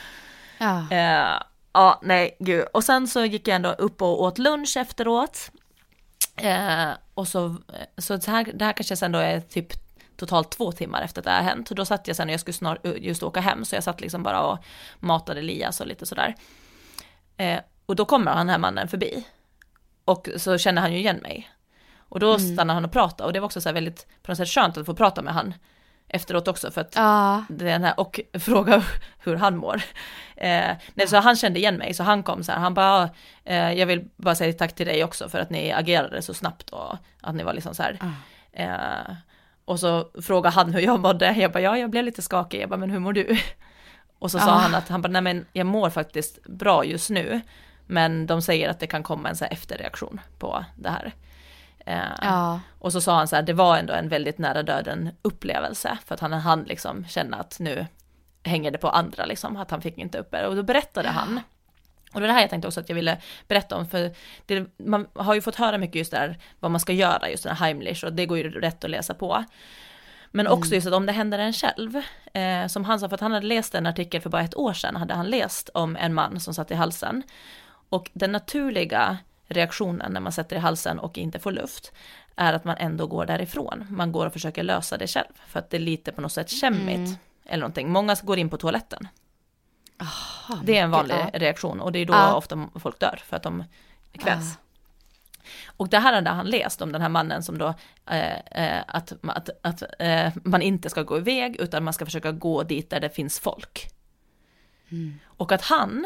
Nej, gud. Och sen så gick jag ändå upp och åt lunch efteråt. Och så det här kanske sen då är typ totalt 2 timmar efter att det har hänt. Och då satt jag sen och jag skulle snart just åka hem. Så jag satt liksom bara och matade Elias och lite sådär. Och då kommer han här mannen förbi. Och så känner han ju igen mig. Och då stannade han och pratade, och det var också så här väldigt på något sätt skönt att få prata med han efteråt också, för att den här, och fråga hur han mår. Så han kände igen mig, så han kom så här, han bara, jag vill bara säga tack till dig också för att ni agerade så snabbt och att ni var liksom så här. Och så frågade han hur jag mådde. Jag bara, jag blev lite skakig. Jag bara, men hur mår du? Och så sa han att nej men jag mår faktiskt bra just nu, men de säger att det kan komma en så här efterreaktion på det här. Och så sa han så här, det var ändå en väldigt nära döden upplevelse, för att han liksom känna att nu hänger det på andra liksom, att han fick inte upp det. Och då berättade han, och det här jag tänkte också att jag ville berätta om, för man har ju fått höra mycket just där vad man ska göra, just den här Heimlich, och det går ju rätt att läsa på. Men också just att om det händer en själv, som han sa, för att han hade läst en artikel för bara 1 år sedan, hade han läst om en man som satt i halsen, och den naturliga reaktionen när man sätter i halsen och inte får luft är att man ändå går därifrån. Man går och försöker lösa det själv, för att det är lite på något sätt kämmigt eller någonting. Många går in på toaletten. Det är en vanlig reaktion, och det är då ofta folk dör för att de kvävs. Och det här hade han läst om den här mannen som då att man inte ska gå iväg, utan man ska försöka gå dit där det finns folk. Och att han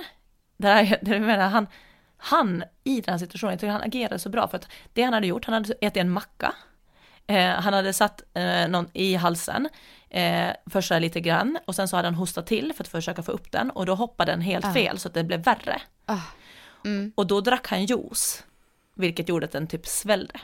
i den här situationen, jag tycker han agerade så bra, för att det han hade gjort, han hade ätit en macka, han hade satt någon i halsen först lite grann, och sen så hade han hostat till för att försöka få upp den, och då hoppade den helt fel så att det blev värre. Och då drack han juice, vilket gjorde att den typ svällde.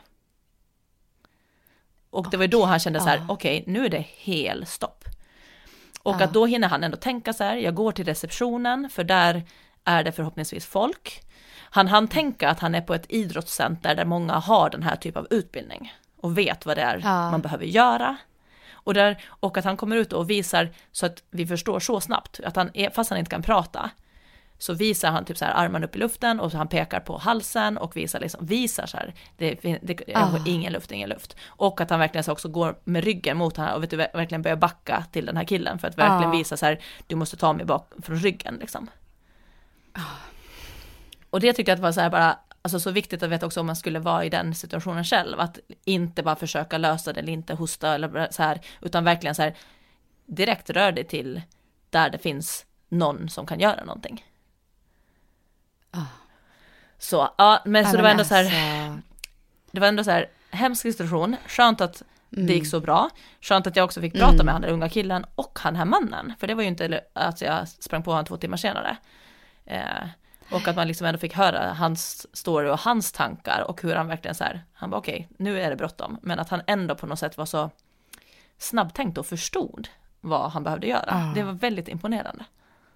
Och det var då han kände så här, okej, nu är det helt stopp. Och att då hinner han ändå tänka så här, jag går till receptionen, för där är det förhoppningsvis folk. Han tänka att han är på ett idrottscenter där många har den här typ av utbildning och vet vad det är man behöver göra. Och att han kommer ut och visar så att vi förstår så snabbt att fast han inte kan prata, så visar han typ så här armarna upp i luften, och så han pekar på halsen och visar så här, det ingen luft. Och att han verkligen så också går med ryggen mot honom och verkligen börjar backa till den här killen, för att verkligen visa så här, du måste ta mig bak från ryggen liksom. Och det tyckte jag att var så här bara, alltså så viktigt att veta också om man skulle vara i den situationen själv, att inte bara försöka lösa det eller inte hosta eller så här, utan verkligen så här direkt rör det till där det finns någon som kan göra någonting. Så men så det var ändå så här, det var ändå så här hemsk situation, skönt att det gick så bra, skönt att jag också fick prata med han den unga killen och han här mannen, för det var ju inte att jag sprang på honom 2 timmar senare. Och att man liksom ändå fick höra hans story och hans tankar, och hur han verkligen så här, han bara okej, nu är det bråttom, men att han ändå på något sätt var så snabbtänkt och förstod vad han behövde göra. Det var väldigt imponerande.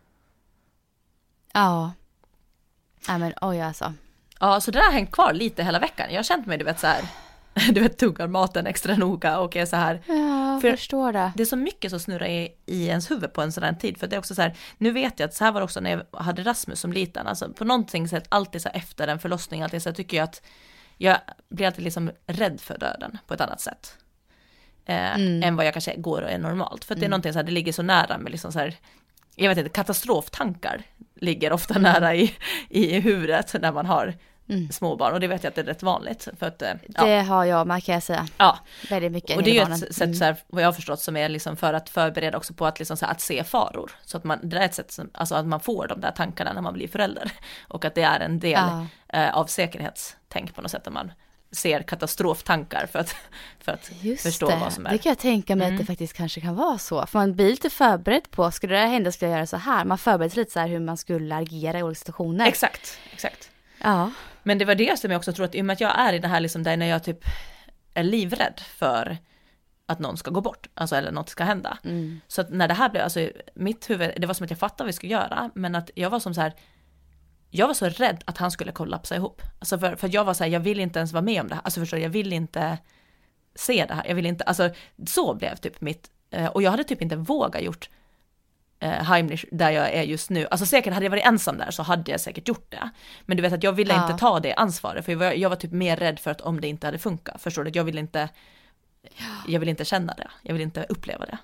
Men oj alltså. Ja, så det där har hängt kvar lite hela veckan. Jag har känt mig, du vet så här, tuggar maten extra noga och är så här. Ja, för förstår det. Det är så mycket som snurrar i ens huvud på en sån här tid, för det är också så här, nu vet jag att så här var det också när jag hade Rasmus som liten, alltså på någonting sätt alltid så här, efter en förlossning, alltid så här, tycker jag att jag blir alltid liksom rädd för döden på ett annat sätt än vad jag kanske går och är normalt, för att det är någonting så här, det ligger så nära med liksom så här, jag vet inte, katastroftankar ligger ofta nära i huvudet när man har småbarn, och det vet jag att det är rätt vanligt, för att, det har jag med, kan jag säga. Väldigt mycket. Och det är ju ett sätt så här, vad jag har förstått, som är liksom för att förbereda också på att, liksom så här, att se faror, så att det är ett sätt som, alltså att man får de där tankarna när man blir förälder, och att det är en del av säkerhetstänk på något sätt, att man ser katastroftankar för att förstå vad som är. Det kan jag tänka mig att det faktiskt kanske kan vara så. För man blir lite förberedd på, skulle det hända skulle jag göra så här. Man förbereder lite så här hur man skulle agera i olika situationer. Exakt. Ja. Men det var det som jag också tror, att i och med att jag är i det här liksom där när jag typ är livrädd för att någon ska gå bort, alltså, eller något ska hända. Så att när det här blev, alltså mitt huvud, det var som att jag fattade vad vi skulle göra, men att jag var som så här, jag var så rädd att han skulle kollapsa ihop. Alltså för jag var så här, jag vill inte ens vara med om det här. Alltså förstår, jag vill inte se det här. Jag vill inte, alltså så blev typ mitt, och jag hade typ inte vågat gjort Heimlich där jag är just nu. Alltså säkert hade jag varit ensam där så hade jag säkert gjort det. Men du vet att jag ville inte ta det ansvaret, för jag var typ mer rädd för att om det inte hade funkat. Förstår du? Jag vill inte känna det. Jag vill inte uppleva det.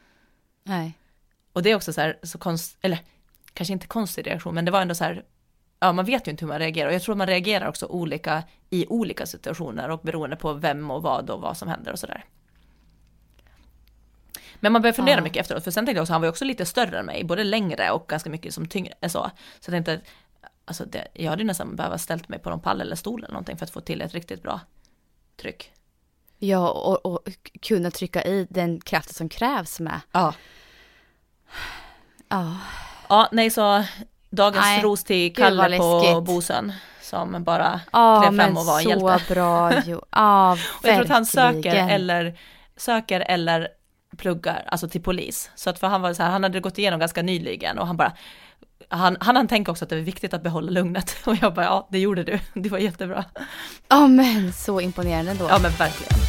Nej. Och det är också så här, eller kanske inte konstig reaktion, men det var ändå så här, man vet ju inte hur man reagerar. Och jag tror man reagerar också olika i olika situationer och beroende på vem och vad som händer och sådär. Men man börjar fundera mycket efteråt, för sen tänkte jag också, han var ju också lite större än mig, både längre och ganska mycket som tyngre. Så jag tänkte, alltså jag hade nästan behövt ställt mig på någon pall eller stol eller någonting för att få till ett riktigt bra tryck. Ja, och kunna trycka i den kraften som krävs med. Ja. Ja, nej, så dagens ros till Kalle på Bosön som bara klev fram och var en hjälte. Så bra, jo. Ja, och jag tror att han söker eller pluggar, alltså till polis. Så att för han var så här, han hade gått igenom ganska nyligen och han bara, han tänker också att det är viktigt att behålla lugnet. Och jag bara, ja, det gjorde du. Det var jättebra. Ja, men så imponerande då. Ja, men verkligen.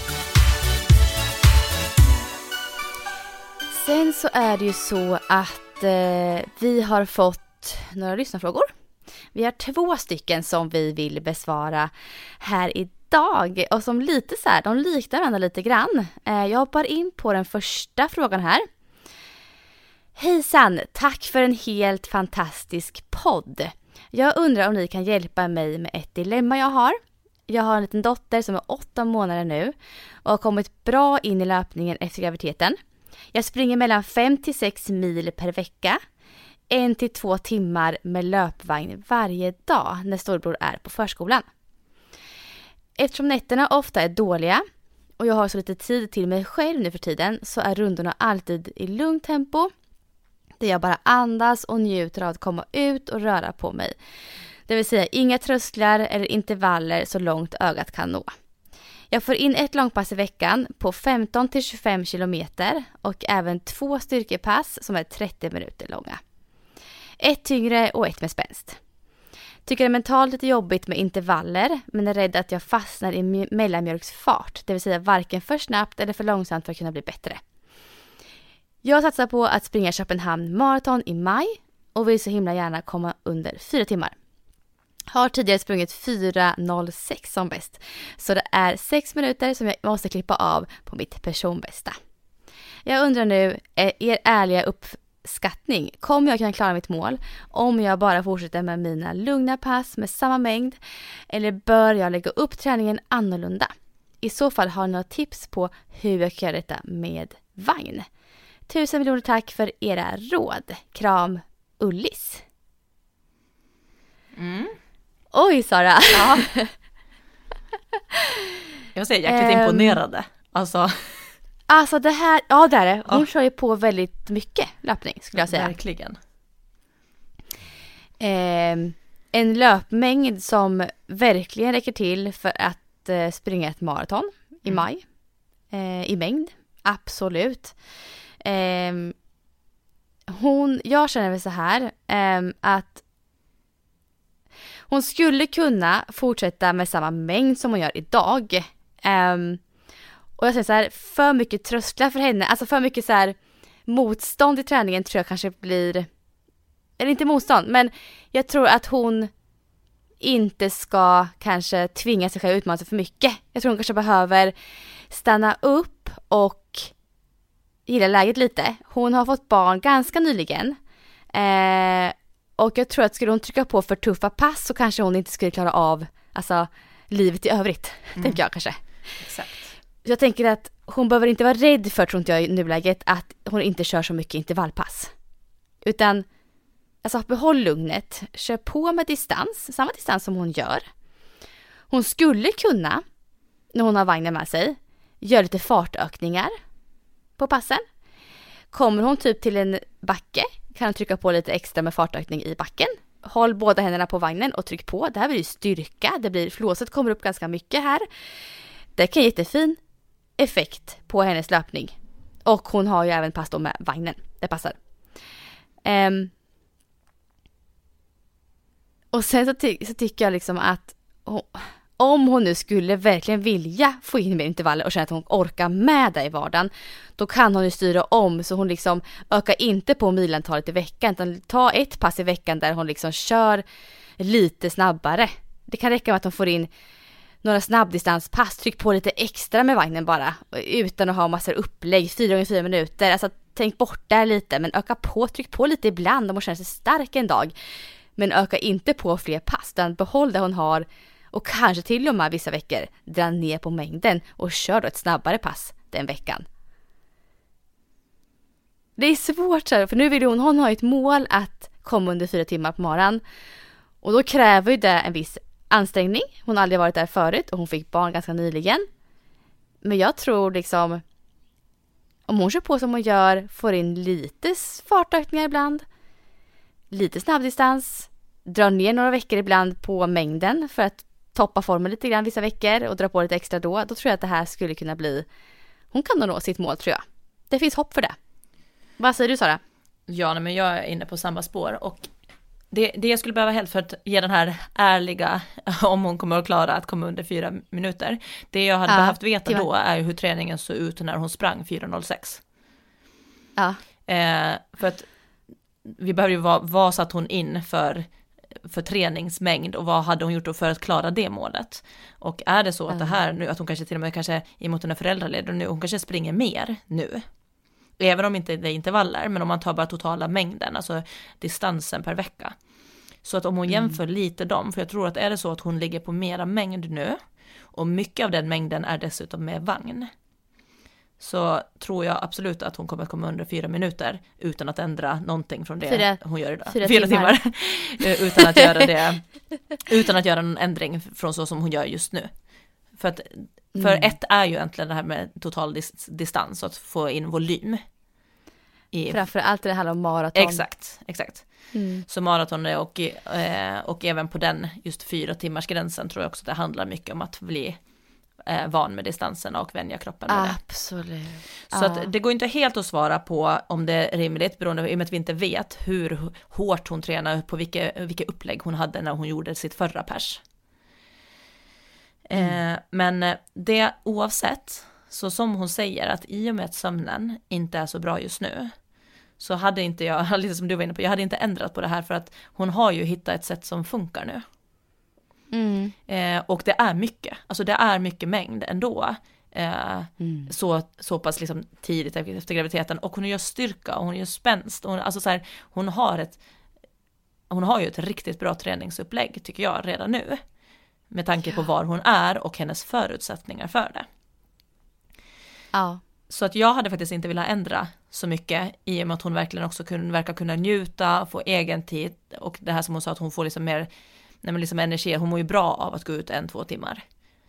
Sen så är det ju så att vi har fått några lyssnarfrågor. Vi har 2 stycken som vi vill besvara här idag. Och som lite så här, de liknar varandra lite grann. Jag hoppar in på den första frågan här. Hejsan, tack för en helt fantastisk podd. Jag undrar om ni kan hjälpa mig med ett dilemma jag har. Jag har en liten dotter som är 8 månader nu och har kommit bra in i löpningen efter graviditeten. Jag springer mellan 5 till 6 mil per vecka. 1 till 2 timmar med löpvagn varje dag när storbror är på förskolan. Eftersom nätterna ofta är dåliga och jag har så lite tid till mig själv nu för tiden, så är rundorna alltid i lugnt tempo. Där jag bara andas och njuter av att komma ut och röra på mig. Det vill säga inga trösklar eller intervaller så långt ögat kan nå. Jag får in ett långpass i veckan på 15 till 25 kilometer och även 2 styrkepass som är 30 minuter långa. Ett tyngre och ett med spänst. Tycker det är mentalt lite jobbigt med intervaller, men är rädd att jag fastnar i mellanmjölksfart. Det vill säga varken för snabbt eller för långsamt för att kunna bli bättre. Jag satsar på att springa Köpenhamn maraton i maj och vill så himla gärna komma under 4 timmar. Har tidigare sprungit 4:06 som bäst. Så det är 6 minuter som jag måste klippa av på mitt personbästa. Jag undrar nu, er ärliga uppskattning, kommer jag kunna klara mitt mål om jag bara fortsätter med mina lugna pass med samma mängd, eller bör jag lägga upp träningen annorlunda? I så fall har ni några tips på hur jag kan göra detta med vagn. 1000 miljoner tack för era råd. Kram, Ullis. Oj, Sara. Ja. Jag måste säga, jäkligt imponerade. Alltså det här, ja det är det. Hon kör ju på väldigt mycket löpning skulle jag säga. Verkligen. En löpmängd som verkligen räcker till för att springa ett maraton i maj. I mängd, absolut. Jag känner väl så här att hon skulle kunna fortsätta med samma mängd som hon gör idag. Och jag säger så här, för mycket trösklar för henne, alltså för mycket så här motstånd i träningen tror jag kanske blir, eller inte motstånd, men jag tror att hon inte ska kanske tvinga sig själv att utmana sig för mycket. Jag tror hon kanske behöver stanna upp och gilla läget lite. Hon har fått barn ganska nyligen. Och jag tror att skulle hon trycka på för tuffa pass så kanske hon inte skulle klara av livet i övrigt. Tänker jag kanske. Exakt. Jag tänker att hon behöver inte vara rädd för, tror inte jag i nuläget, att hon inte kör så mycket intervallpass. Utan behåll lugnet. Kör på med distans. Samma distans som hon gör. Hon skulle kunna, när hon har vagnen med sig, göra lite fartökningar på passen. Kommer hon typ till en backe kan hon trycka på lite extra med fartökning i backen. Håll båda händerna på vagnen och tryck på. Det här blir styrka. Flåset kommer upp ganska mycket här. Det kan ge jättefin effekt på hennes löpning. Och hon har ju även pass då med vagnen. Det passar. Och sen så tycker jag liksom att om hon nu skulle verkligen vilja få in mer intervaller och känna att hon orkar med det i vardagen, då kan hon ju styra om så hon liksom ökar inte på milantalet i veckan, utan ta ett pass i veckan där hon liksom kör lite snabbare. Det kan räcka med att hon får in några snabbdistanspass, tryck på lite extra med vagnen bara, utan att ha massor upplägg, 4 gånger 4 minuter. Alltså tänk bort där lite, men öka på, tryck på lite ibland om hon känner sig stark en dag. Men öka inte på fler pass, utan behåll det hon har och kanske till och med vissa veckor dra ner på mängden och kör då ett snabbare pass den veckan. Det är svårt så här, för nu vill hon har ett mål att komma under 4 timmar på morgonen. Och då kräver ju det en viss ansträngning. Hon har aldrig varit där förut och hon fick barn ganska nyligen. Men jag tror liksom, om hon kör på som hon gör, får in lite fartökningar ibland, lite snabbdistans, drar ner några veckor ibland på mängden för att toppa formen lite grann vissa veckor och dra på lite extra då tror jag att det här skulle kunna bli, hon kan nog nå sitt mål tror jag. Det finns hopp för det. Vad säger du, Sara? Ja, men jag är inne på samma spår och det jag skulle behöva helt för att ge den här ärliga, om hon kommer att klara att komma under 4 minuter. Det jag hade behövt veta då är ju hur träningen såg ut när hon sprang 4.06. Ja. För att vi behöver ju vad satt hon in för träningsmängd och vad hade hon gjort för att klara det målet. Och är det så att det här nu, att hon kanske till och med kanske emot den här föräldraleden nu, hon kanske springer mer nu. Även om inte det är intervaller, men om man tar bara totala mängden, alltså distansen per vecka. Så att om hon jämför lite dem, för jag tror att är det så att hon ligger på mera mängd nu, och mycket av den mängden är dessutom med vagn, så tror jag absolut att hon kommer att komma under 4 minuter utan att ändra någonting från det hon gör idag. 4 timmar. utan att göra det, utan att göra någon ändring från så som hon gör just nu. För ett är ju egentligen det här med total distans, att få in volym. Framförallt det handlar om maraton. Exakt. Så maraton och även på den just 4 timmars gränsen tror jag också att det handlar mycket om att bli van med distansen och vänja kroppen med det. Absolut. Så att det går inte helt att svara på om det är rimligt, beroende på att vi inte vet hur hårt hon tränar, på vilka upplägg hon hade när hon gjorde sitt förra pers. Men det oavsett, så som hon säger att i och med att sömnen inte är så bra just nu, så hade inte jag, lite som du var inne på, jag hade inte ändrat på det här, för att hon har ju hittat ett sätt som funkar nu. Och det är mycket, alltså det är mycket mängd ändå. Så pass liksom tidigt efter graviditeten, och hon gör styrka och hon gör spänst och alltså så här, hon har ju ett riktigt bra träningsupplägg tycker jag redan nu, med tanke på var hon är och hennes förutsättningar för det. Ja. Så att jag hade faktiskt inte velat ändra så mycket, i och med att hon verkligen också verkar kunna njuta, få egen tid, och det här som hon sa att hon får liksom mer liksom energi, hon mår ju bra av att gå ut 1-2 timmar.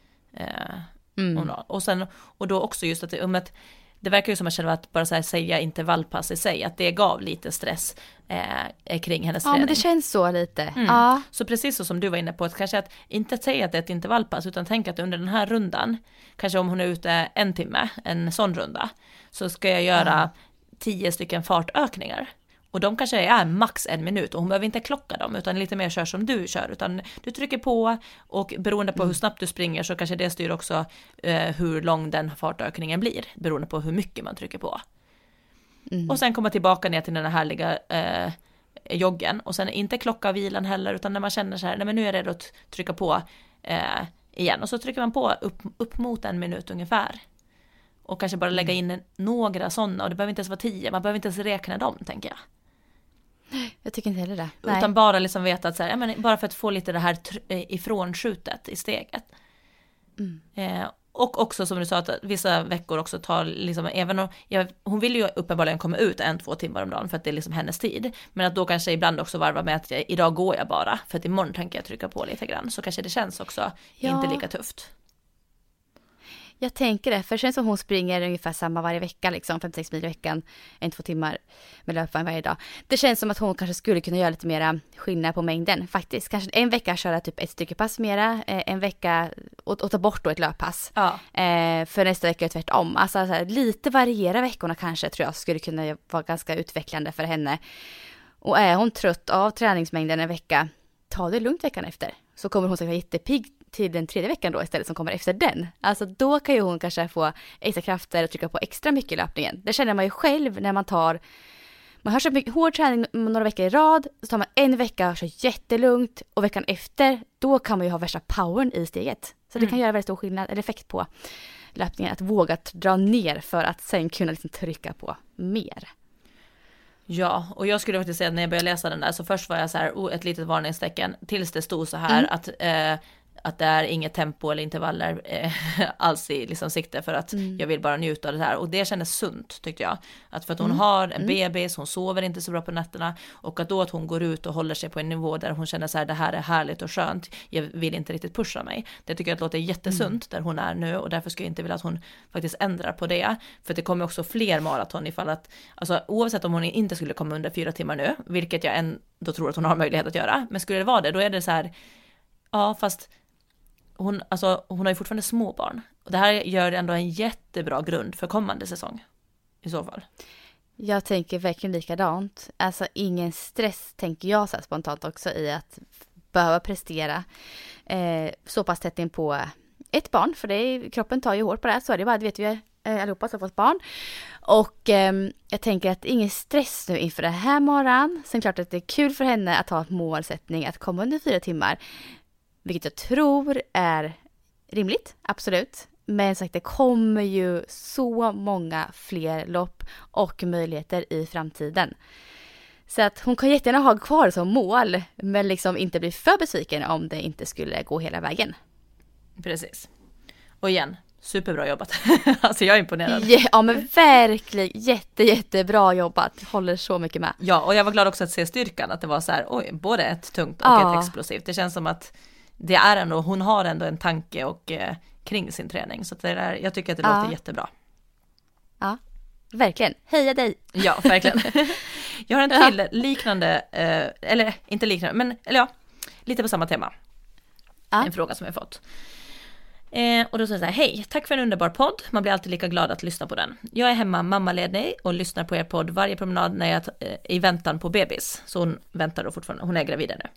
Och då också just att det verkar ju som att själva att bara så här säga intervallpass i sig, att det gav lite stress kring hennes träning. Ja, men det känns så lite. Ja. Så precis så som du var inne på, att kanske att inte säga att det är ett intervallpass, utan tänka att under den här rundan, kanske om hon är ute 1 timme, en sån runda, så ska jag göra 10 stycken fartökningar. Och de kanske är max 1 minut, och hon behöver inte klocka dem, utan lite mer kör som du kör, utan du trycker på, och beroende på hur snabbt du springer så kanske det styr också hur lång den fartökningen blir, beroende på hur mycket man trycker på. Och sen komma tillbaka ner till den här härliga joggen, och sen inte klocka vilan heller, utan när man känner så här, nej men nu är jag redo att trycka på igen, och så trycker man på upp mot 1 minut ungefär. Och kanske bara lägga in några sådana, och det behöver inte ens vara 10, man behöver inte ens räkna dem, tänker jag. Jag tycker inte heller det. Utan Nej. bara liksom veta att så här, men bara för att få lite det här ifrånskjutet i steget. Och också som du sa, att vissa veckor också tar liksom, även om hon vill ju uppenbarligen komma ut 1-2 timmar om dagen för att det är liksom hennes tid, men att då kanske ibland också varva med att idag går jag bara, för att imorgon tänker jag trycka på lite grann, så kanske det känns också inte lika tufft. Jag tänker det, för det känns som hon springer ungefär samma varje vecka, liksom 5-6 mil i veckan, 1-2 timmar med löpvagn varje dag. Det känns som att hon kanske skulle kunna göra lite mera skillnad på mängden faktiskt. Kanske en vecka köra typ 1 styrkepass mera, en vecka och ta bort då ett löppass. Ja. För nästa vecka är tvärtom. Alltså så här, lite variera veckorna kanske, tror jag skulle kunna vara ganska utvecklande för henne. Och är hon trött av träningsmängden en vecka, ta det lugnt veckan efter. Så kommer hon säkert vara jättepigg till den 3:e veckan då istället, som kommer efter den. Alltså då kan ju hon kanske få extra krafter och trycka på extra mycket i löpningen. Det känner man ju själv när man har så mycket hård träning några veckor i rad, så tar man en vecka och kör jättelugnt, och veckan efter, då kan man ju ha värsta powern i steget. Så det kan göra väldigt stor skillnad, eller effekt på löpningen, att våga dra ner för att sen kunna liksom trycka på mer. Ja, och jag skulle faktiskt säga att när jag började läsa den där så först var jag så här, ett litet varningstecken tills det stod så här att det är inget tempo eller intervaller alls i liksom sikte för att jag vill bara njuta av det här. Och det kändes sunt tyckte jag. Att för att hon har en bebis, hon sover inte så bra på nätterna och att då att hon går ut och håller sig på en nivå där hon känner så här, det här är härligt och skönt. Jag vill inte riktigt pusha mig. Det tycker jag att låter jättesunt där hon är nu och därför skulle jag inte vilja att hon faktiskt ändrar på det. För det kommer också fler maraton ifall att, alltså oavsett om hon inte skulle komma under 4 timmar nu, vilket jag ändå tror att hon har möjlighet att göra. Men skulle det vara det, då är det så här, ja fast hon har ju fortfarande små barn. Och det här gör ändå en jättebra grund för kommande säsong. I så fall. Jag tänker verkligen likadant. Alltså ingen stress tänker jag så här spontant också i att behöva prestera så pass tätt in på ett barn. För kroppen tar ju hårt på det här. Så är det bara, det vet vi allihopa som har fått barn. Och jag tänker att ingen stress nu inför det här morgonen. Sen klart att det är kul för henne att ha ett målsättning att komma under 4 timmar. Vilket jag tror är rimligt, absolut. Men sagt, det kommer ju så många fler lopp och möjligheter i framtiden. Så att hon kan jättegärna ha kvar som mål, men liksom inte bli för besviken om det inte skulle gå hela vägen. Precis. Och igen, superbra jobbat. Alltså jag är imponerad. Ja men verkligen, jättebra jobbat. Håller så mycket med. Ja, och jag var glad också att se styrkan, att det var så här, oj, både ett tungt och ett explosivt. Det känns som att det är ändå, hon har ändå en tanke och kring sin träning. Så att det där, jag tycker att det låter jättebra. Ja, verkligen. Heja dig! Ja, verkligen. Jag har en till liknande, eller inte liknande, men eller ja, lite på samma tema. En fråga som jag fått. Och då säger jag så här, hej, tack för en underbar podd. Man blir alltid lika glad att lyssna på den. Jag är hemma mammaledig och lyssnar på er podd varje promenad när jag i väntan på bebis. Så hon väntar då fortfarande, hon är gravid nu.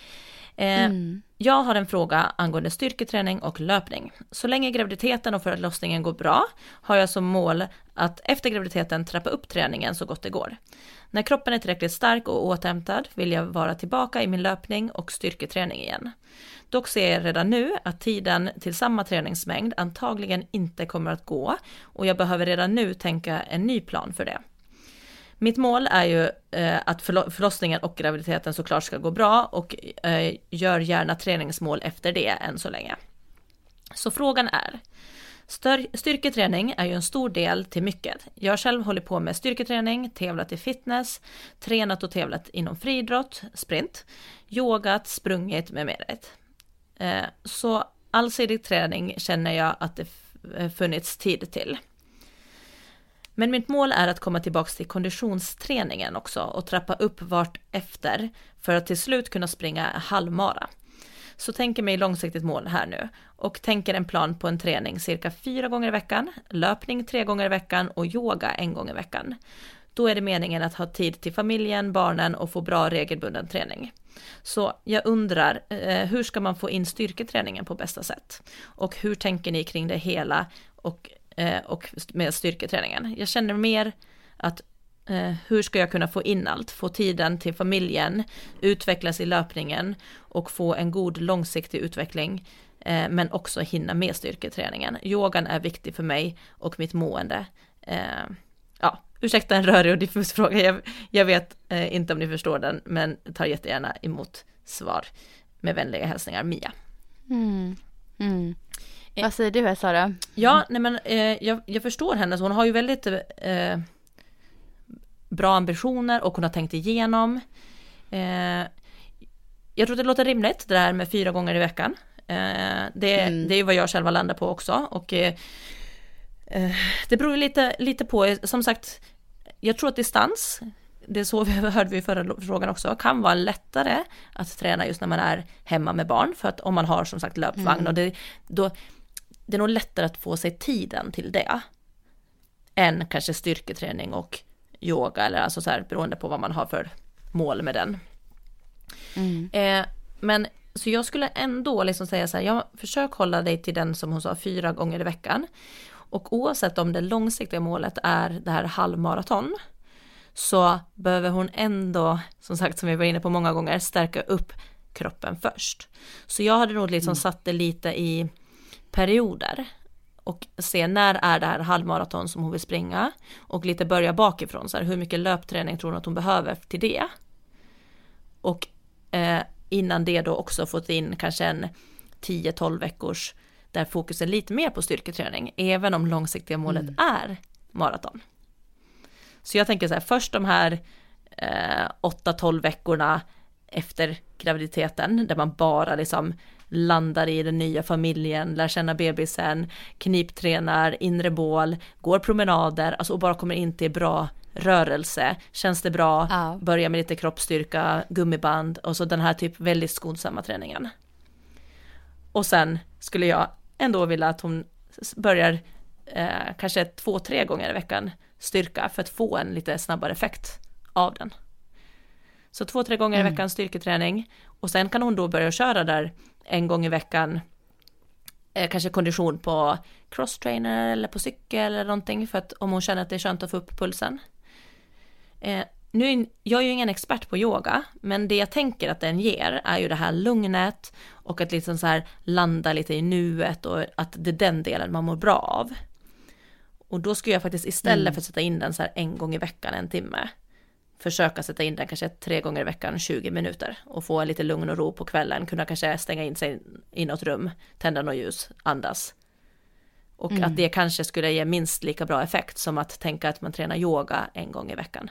Jag har en fråga angående styrketräning och löpning. Så länge graviditeten och förlossningen går bra har jag som mål att efter graviditeten trappa upp träningen så gott det går. När kroppen är tillräckligt stark och återhämtad vill jag vara tillbaka i min löpning och styrketräning igen. Dock ser jag redan nu att tiden till samma träningsmängd antagligen inte kommer att gå och jag behöver redan nu tänka en ny plan för det. Mitt mål är ju att förlossningen och graviditeten såklart ska gå bra och gör gärna träningsmål efter det än så länge. Så frågan är, styrketräning är ju en stor del till mycket. Jag själv håller på med styrketräning, tävlat i fitness, tränat och tävlat inom friidrott, sprint, yogat, sprungit med mera. Så allsidig träning känner jag att det funnits tid till. Men mitt mål är att komma tillbaka till konditionsträningen också och trappa upp vart efter för att till slut kunna springa halvmara. Så tänker mig långsiktigt mål här nu och tänker en plan på en träning cirka 4 gånger i veckan, löpning 3 gånger i veckan och yoga 1 gång i veckan. Då är det meningen att ha tid till familjen, barnen och få bra regelbunden träning. Så jag undrar, hur ska man få in styrketräningen på bästa sätt? Och hur tänker ni kring det hela och med styrketräningen? Jag känner mer att hur ska jag kunna få in allt? Få tiden till familjen, utvecklas i löpningen och få en god långsiktig utveckling, men också hinna med styrketräningen. Yogan är viktig för mig och mitt mående. Ursäkta en rörig och diffus fråga. Jag vet inte om ni förstår den, men tar jättegärna emot svar. Med vänliga hälsningar, Mia. Vad säger du här, Sara? Ja, nej men jag förstår henne. Hon har ju väldigt bra ambitioner och hon har tänkt igenom. Jag tror det låter rimligt, det där med 4 gånger i veckan. Det är ju vad jag själva landar på också. Och det beror lite på, som sagt, jag tror att distans, det är så hörde vi i förra frågan också, kan vara lättare att träna just när man är hemma med barn. För att om man har som sagt löpvagn och det är nog lättare att få sig tiden till det än kanske styrketräning och yoga, eller alltså så här, beroende på vad man har för mål med den. Men så jag skulle ändå liksom säga så här, jag försöker hålla dig till den som hon sa 4 gånger i veckan. Och oavsett om det långsiktiga målet är det här halvmaraton, så behöver hon ändå, som sagt, som vi var inne på många gånger, stärka upp kroppen först. Så jag hade nog liksom satt det lite i perioder. och se när är det här halvmaraton som hon vill springa och lite börja bakifrån, så här, hur mycket löpträning tror hon att hon behöver till det, och innan det då också fått in kanske en 10-12 veckors där fokus är lite mer på styrketräning, även om långsiktiga målet är maraton. Så jag tänker så här, först de här 8-12 veckorna efter graviditeten, där man bara liksom landar i den nya familjen, lär känna bebisen, kniptränar, inre bål, går promenader, alltså och bara kommer in till bra rörelse, känns det bra, börja med lite kroppsstyrka, gummiband och så den här typ väldigt skonsamma träningen. Och sen skulle jag ändå vilja att hon börjar kanske 2-3 gånger i veckan styrka för att få en lite snabbare effekt av den. Så 2-3 gånger i veckan styrketräning, och sen kan hon då börja köra där en gång i veckan, kanske kondition på crosstrainer eller på cykel eller någonting, för att om hon känner att det är skönt att få upp pulsen. Nu, jag är ju ingen expert på yoga, men det jag tänker att den ger är ju det här lugnet och att liksom så här landa lite i nuet, och att det är den delen man mår bra av. Och då skulle jag faktiskt istället för att sätta in den så här en gång i veckan 1 timme, försöka sätta in den kanske 3 gånger i veckan 20 minuter och få lite lugn och ro på kvällen, kunna kanske stänga in sig i något rum, tända något ljus, andas. Och att det kanske skulle ge minst lika bra effekt som att tänka att man tränar yoga 1 gång i veckan.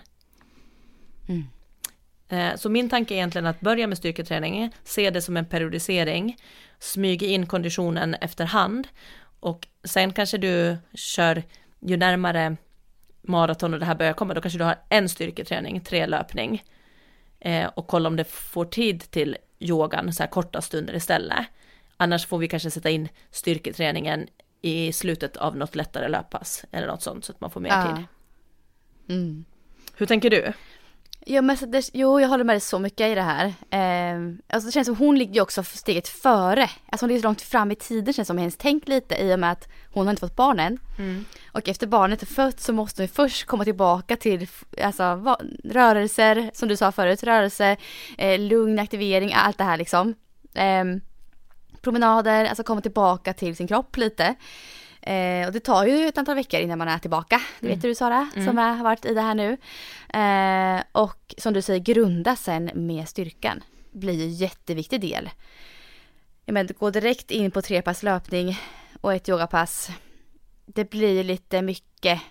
Så min tanke är egentligen att börja med styrketräning, se det som en periodisering, smyga in konditionen efterhand, och sen kanske du kör, ju närmare maraton och det här börjar komma, då kanske du har 1 styrketräning, 3 löpning, och kolla om det får tid till yogan så här korta stunder istället. Annars får vi kanske sätta in styrketräningen i slutet av något lättare löppass eller något sånt, så att man får mer tid. Hur tänker du? Ja, men jag håller med dig så mycket i det här. Alltså det känns som hon ligger ju också steget före. Alltså hon ligger så långt fram i tiden, känns som hennes tänk lite, i och med att hon har inte fått barn än. Och efter barnet är fött så måste hon först komma tillbaka till alltså, rörelser, som du sa förut, rörelse, lugn, aktivering, allt det här liksom. Promenader, alltså komma tillbaka till sin kropp lite. Och det tar ju ett antal veckor innan man är tillbaka. Det vet du, Sara, som har varit i det här nu. Och som du säger, grunda sen med styrkan blir ju en jätteviktig del. Men gå direkt in på 3 pass löpning och ett yogapass, det blir lite mycket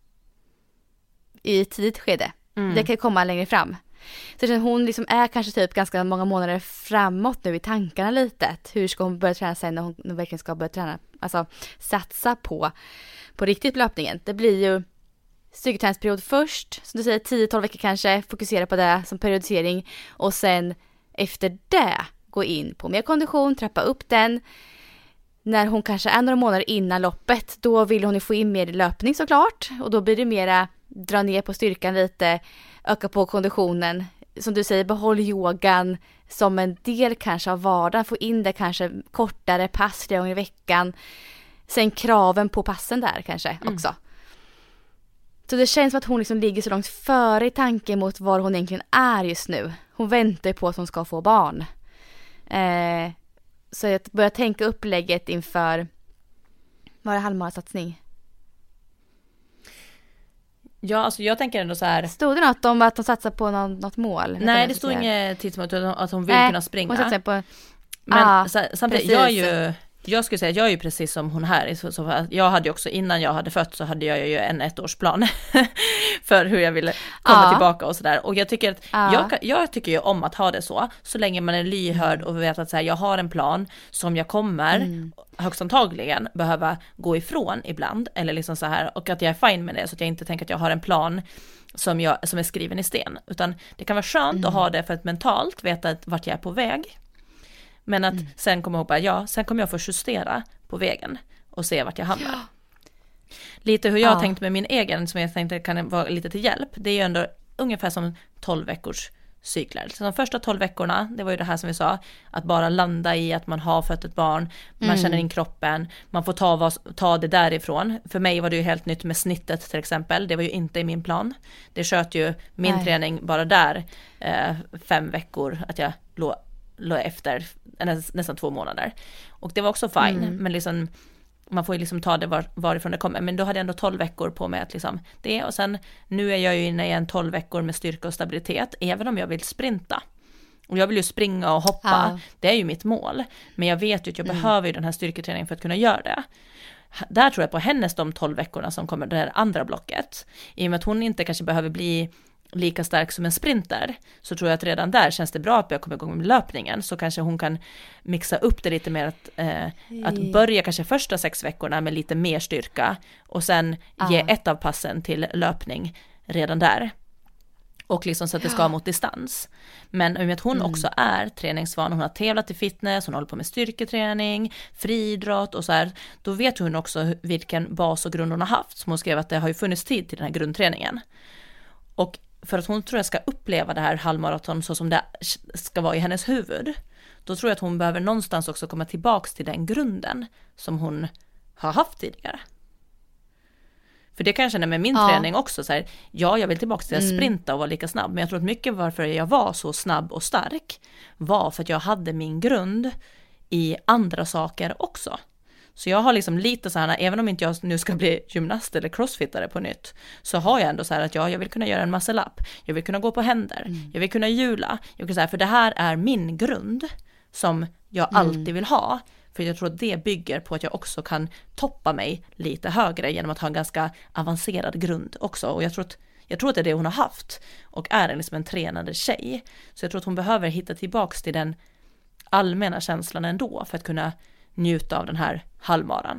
i ett tidigt skede. Det kan komma längre fram. Så hon liksom är kanske typ ganska många månader framåt nu i tankarna lite. Hur ska hon börja träna sen när hon verkligen ska börja träna, alltså satsa på riktigt löpningen. Det blir ju styrketräningsperiod först, som du säger 10-12 veckor kanske, fokusera på det som periodisering, och sen efter det gå in på mer kondition, trappa upp den. När hon kanske är några månader innan loppet, då vill hon ju få in mer löpning såklart, och då blir det mera dra ner på styrkan lite, öka på konditionen. Som du säger, behåll yogan som en del kanske av vardagen, få in det kanske kortare pass 3 gånger i veckan. Sen kraven på passen där kanske också. Så det känns som att hon liksom ligger så långt före i tanken mot var hon egentligen är just nu. Hon väntar på att hon ska få barn. Så jag börjar tänka upplägget inför, var det halvmarasatsning? Ja, alltså jag tänker ändå så här. Stod det något om att de satsar på något mål? Nej, det stod inget tidsmål, att hon vill kunna springa. Hon satsar på... Men samtidigt, jag skulle säga, jag är ju precis som hon här. Så jag hade ju också, innan jag hade fött, så hade jag ju en 1-årsplan för hur jag ville komma tillbaka och sådär. Och jag tycker att jag tycker ju om att ha det så länge man är lyhörd och vet att så här, jag har en plan som jag kommer högst antagligen behöva gå ifrån ibland, eller liksom så här, och att jag är fine med det, så att jag inte tänker att jag har en plan som är skriven i sten, utan det kan vara skönt att ha det för att mentalt veta vart jag är på väg. Men att sen kommer jag ihåg, sen kommer jag få justera på vägen och se vart jag hamnar. Lite hur jag har tänkt med min egen, som jag tänkte kan vara lite till hjälp. Det är ju ändå ungefär som 12 veckors cykler. Så de första 12 veckorna, det var ju det här som vi sa, att bara landa i att man har fött ett barn, man känner in kroppen, man får ta det därifrån. För mig var det ju helt nytt med snittet till exempel, det var ju inte i min plan. Det sköt ju min träning bara där 5 veckor, att jag låg efter nästan 2 månader. Och det var också fine, men liksom man får ju liksom ta det varifrån det kommer. Men då hade jag ändå 12 veckor på mig att liksom det. Och sen nu är jag ju inne i en 12 veckor med styrka och stabilitet. Även om jag vill sprinta. Och jag vill ju springa och hoppa. Ja. Det är ju mitt mål. Men jag vet ju att jag behöver ju den här styrketräningen för att kunna göra det. Där tror jag på hennes de 12 veckorna som kommer det här andra blocket. I och med att hon inte kanske behöver bli lika stark som en sprinter, så tror jag att redan där känns det bra att jag kommer igång med löpningen, så kanske hon kan mixa upp det lite mer att börja kanske första 6 veckorna med lite mer styrka och sen ge ett av passen till löpning redan där. Och liksom så att det ska mot distans. Men i och med att hon också är träningsvan, hon har tävlat i fitness, hon håller på med styrketräning, friidrott och så här, då vet hon också vilken bas och grund hon har haft. Som hon skrev att det har ju funnits tid till den här grundträningen. Och för att hon tror jag ska uppleva det här halvmaraton så som det ska vara i hennes huvud, då tror jag att hon behöver någonstans också komma tillbaks till den grunden som hon har haft tidigare. För det kan jag känna med min träning också. Så här, jag vill tillbaka till att sprinta och vara lika snabb. Men jag tror att mycket varför jag var så snabb och stark var för att jag hade min grund i andra saker också. Så jag har liksom lite så här, även om inte jag nu ska bli gymnast eller crossfittare på nytt, så har jag ändå så här att jag vill kunna göra en muscle-up. Jag vill kunna gå på händer. Jag vill kunna hjula. Jag vill säga, för det här är min grund som jag alltid vill ha. För jag tror att det bygger på att jag också kan toppa mig lite högre genom att ha en ganska avancerad grund också. Och jag tror att det är det hon har haft och är liksom en tränande tjej. Så jag tror att hon behöver hitta tillbaks till den allmänna känslan ändå för att kunna njuta av den här halvmaran.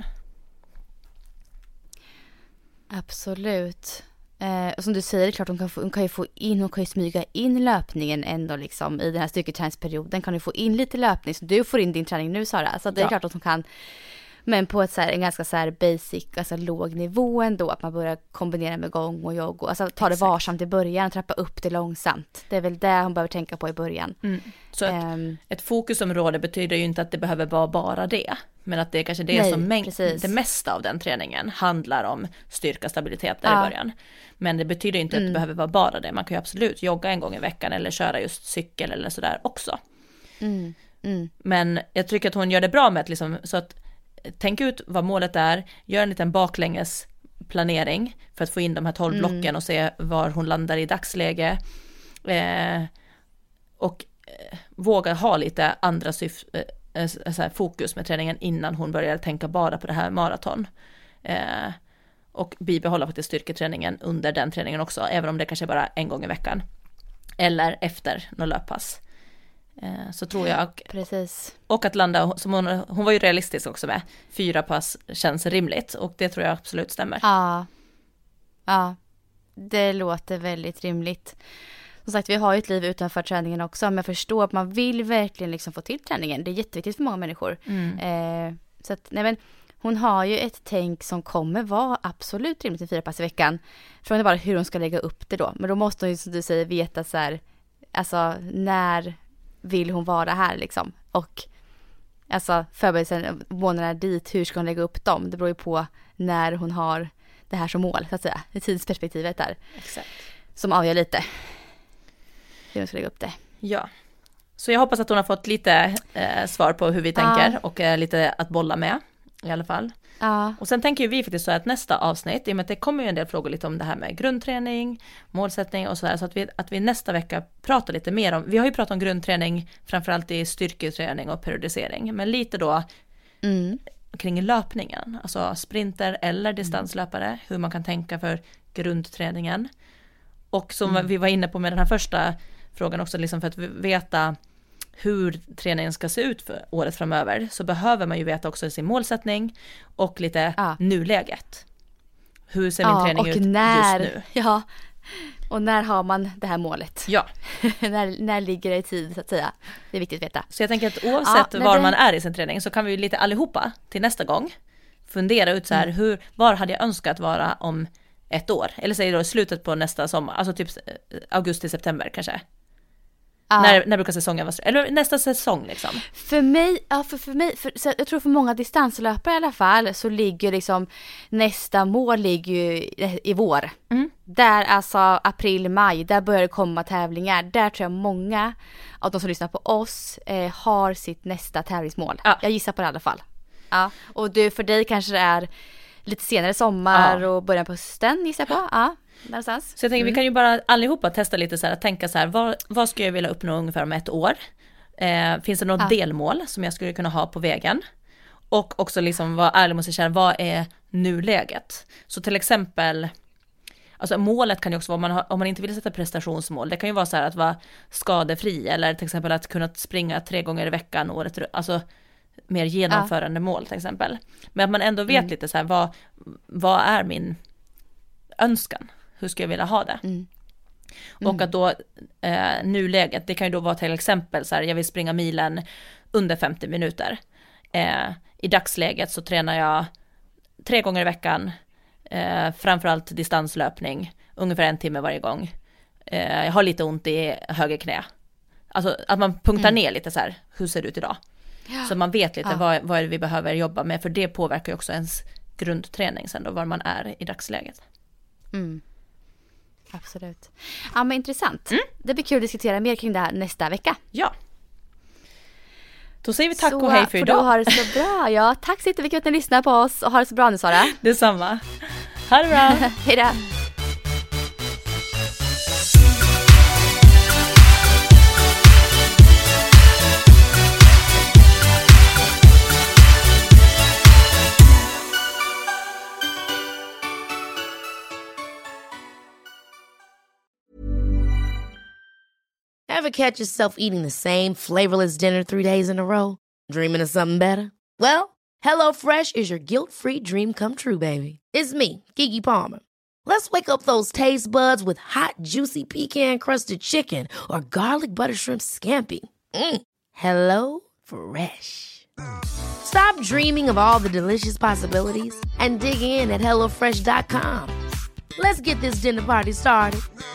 Absolut. Och som du säger, det är klart hon kan ju smyga in löpningen ändå liksom i den här styrketräningsperioden, kan du få in lite löpning så du får in din träning nu, Sara. Så det är klart att hon kan, men på ett så här, en ganska så här basic, alltså låg nivå ändå, att man börjar kombinera med gång och jogg, alltså ta det varsamt i början och trappa upp det långsamt. Det är väl det hon behöver tänka på i början. Så ett fokusområde betyder ju inte att det behöver vara bara det, men att det är kanske det som det mesta av den träningen handlar om styrka, stabilitet där i början. Men det betyder inte att det behöver vara bara det. Man kan ju absolut jogga en gång i veckan eller köra just cykel eller sådär också. Men jag tycker att hon gör det bra med att liksom, så att tänk ut vad målet är, gör en liten baklänges planering för att få in de här 12 blocken och se var hon landar i dagsläge. Och våga ha lite andra fokus med träningen innan hon börjar tänka bara på det här maraton. Och bibehålla faktiskt styrketräningen under den träningen också, även om det kanske bara en gång i veckan. Eller efter något löppass. Så tror jag. Precis. Och att landa, som hon var ju realistisk också med, 4 pass känns rimligt, och det tror jag absolut stämmer. Ja, det låter väldigt rimligt. Som sagt, vi har ju ett liv utanför träningen också, men jag förstår att man vill verkligen liksom få till träningen. Det är jätteviktigt för många människor. Så att, nej men, hon har ju ett tänk som kommer vara absolut rimligt i 4 pass i veckan. Frågan är bara hur hon ska lägga upp det då. Men då måste hon ju, som du säger, veta så här, alltså när vill hon vara här liksom. Och alltså förberedelsen, månaderna dit, hur ska hon lägga upp dem? Det beror ju på när hon har det här som mål, så att säga. Det tidsperspektivet där. Exakt. Som avgör lite hur hon ska lägga upp det. Ja. Så jag hoppas att hon har fått lite svar på hur vi tänker och lite att bolla med i alla fall. Och sen tänker vi faktiskt så att nästa avsnitt, i och med att det kommer ju en del frågor lite om det här med grundträning, målsättning och sådär, så att vi nästa vecka pratar lite mer om, vi har ju pratat om grundträning framförallt i styrketräning och periodisering, men lite då kring löpningen, alltså sprinter eller distanslöpare, hur man kan tänka för grundträningen. Och som vi var inne på med den här första frågan också, liksom för att veta hur träningen ska se ut för året framöver, så behöver man ju veta också sin målsättning och lite nuläget. Hur ser min träning ut just nu? Ja, och när har man det här målet? Ja. när ligger det i tid, så att säga? Det är viktigt att veta. Så jag tänker att oavsett var man är i sin träning, så kan vi ju lite allihopa till nästa gång fundera ut så här, var hade jag önskat vara om 1 år? Eller säger då i slutet på nästa sommar, alltså typ augusti-september kanske. När brukar säsongen vara, eller nästa säsong liksom? För mig, så jag tror för många distanslöpare i alla fall, så ligger liksom nästa mål ligger ju i vår. Där alltså april, maj, där börjar det komma tävlingar. Där tror jag många av de som lyssnar på oss har sitt nästa tävlingsmål. Jag gissar på det i alla fall. Ja, och för dig kanske det är lite senare sommar och början på hösten gissar jag på. Ja, någonstans. Så jag tänker vi kan ju bara allihopa testa lite så här, att tänka så här, vad ska jag vilja uppnå ungefär om 1 år? Finns det något delmål som jag skulle kunna ha på vägen? Och också liksom vara ärlig med sig själv, vad är nuläget? Så till exempel, alltså målet kan ju också vara, om man inte vill sätta prestationsmål, det kan ju vara så här att vara skadefri, eller till exempel att kunna springa 3 gånger i veckan året, alltså mer genomförande mål till exempel. Men att man ändå vet lite så här, vad är min önskan? Hur ska jag vilja ha det? Och att då nuläget, det kan ju då vara till exempel så här, jag vill springa milen under 50 minuter. I dagsläget så tränar jag 3 gånger i veckan, framförallt distanslöpning, ungefär 1 timme varje gång. Jag har lite ont i höger knä. Alltså att man punktar ner lite så här, hur ser det ut idag? Ja. Så man vet lite vad är det vi behöver jobba med, för det påverkar ju också ens grundträning sen då, var man är i dagsläget. Absolut. Ja, men intressant. Det blir kul att diskutera mer kring det här nästa vecka. Ja. Då säger vi tack och hej för idag. Så ha det så bra. Ja, tack så mycket för att ni lyssnar på oss och ha det så bra nu, Sara. Detsamma. Ha det bra. Hej då. Ever catch yourself eating the same flavorless dinner 3 days in a row? Dreaming of something better? Well, HelloFresh is your guilt-free dream come true, baby. It's me, Keke Palmer. Let's wake up those taste buds with hot, juicy pecan-crusted chicken or garlic butter shrimp scampi. Hello Fresh. Stop dreaming of all the delicious possibilities and dig in at HelloFresh.com. Let's get this dinner party started.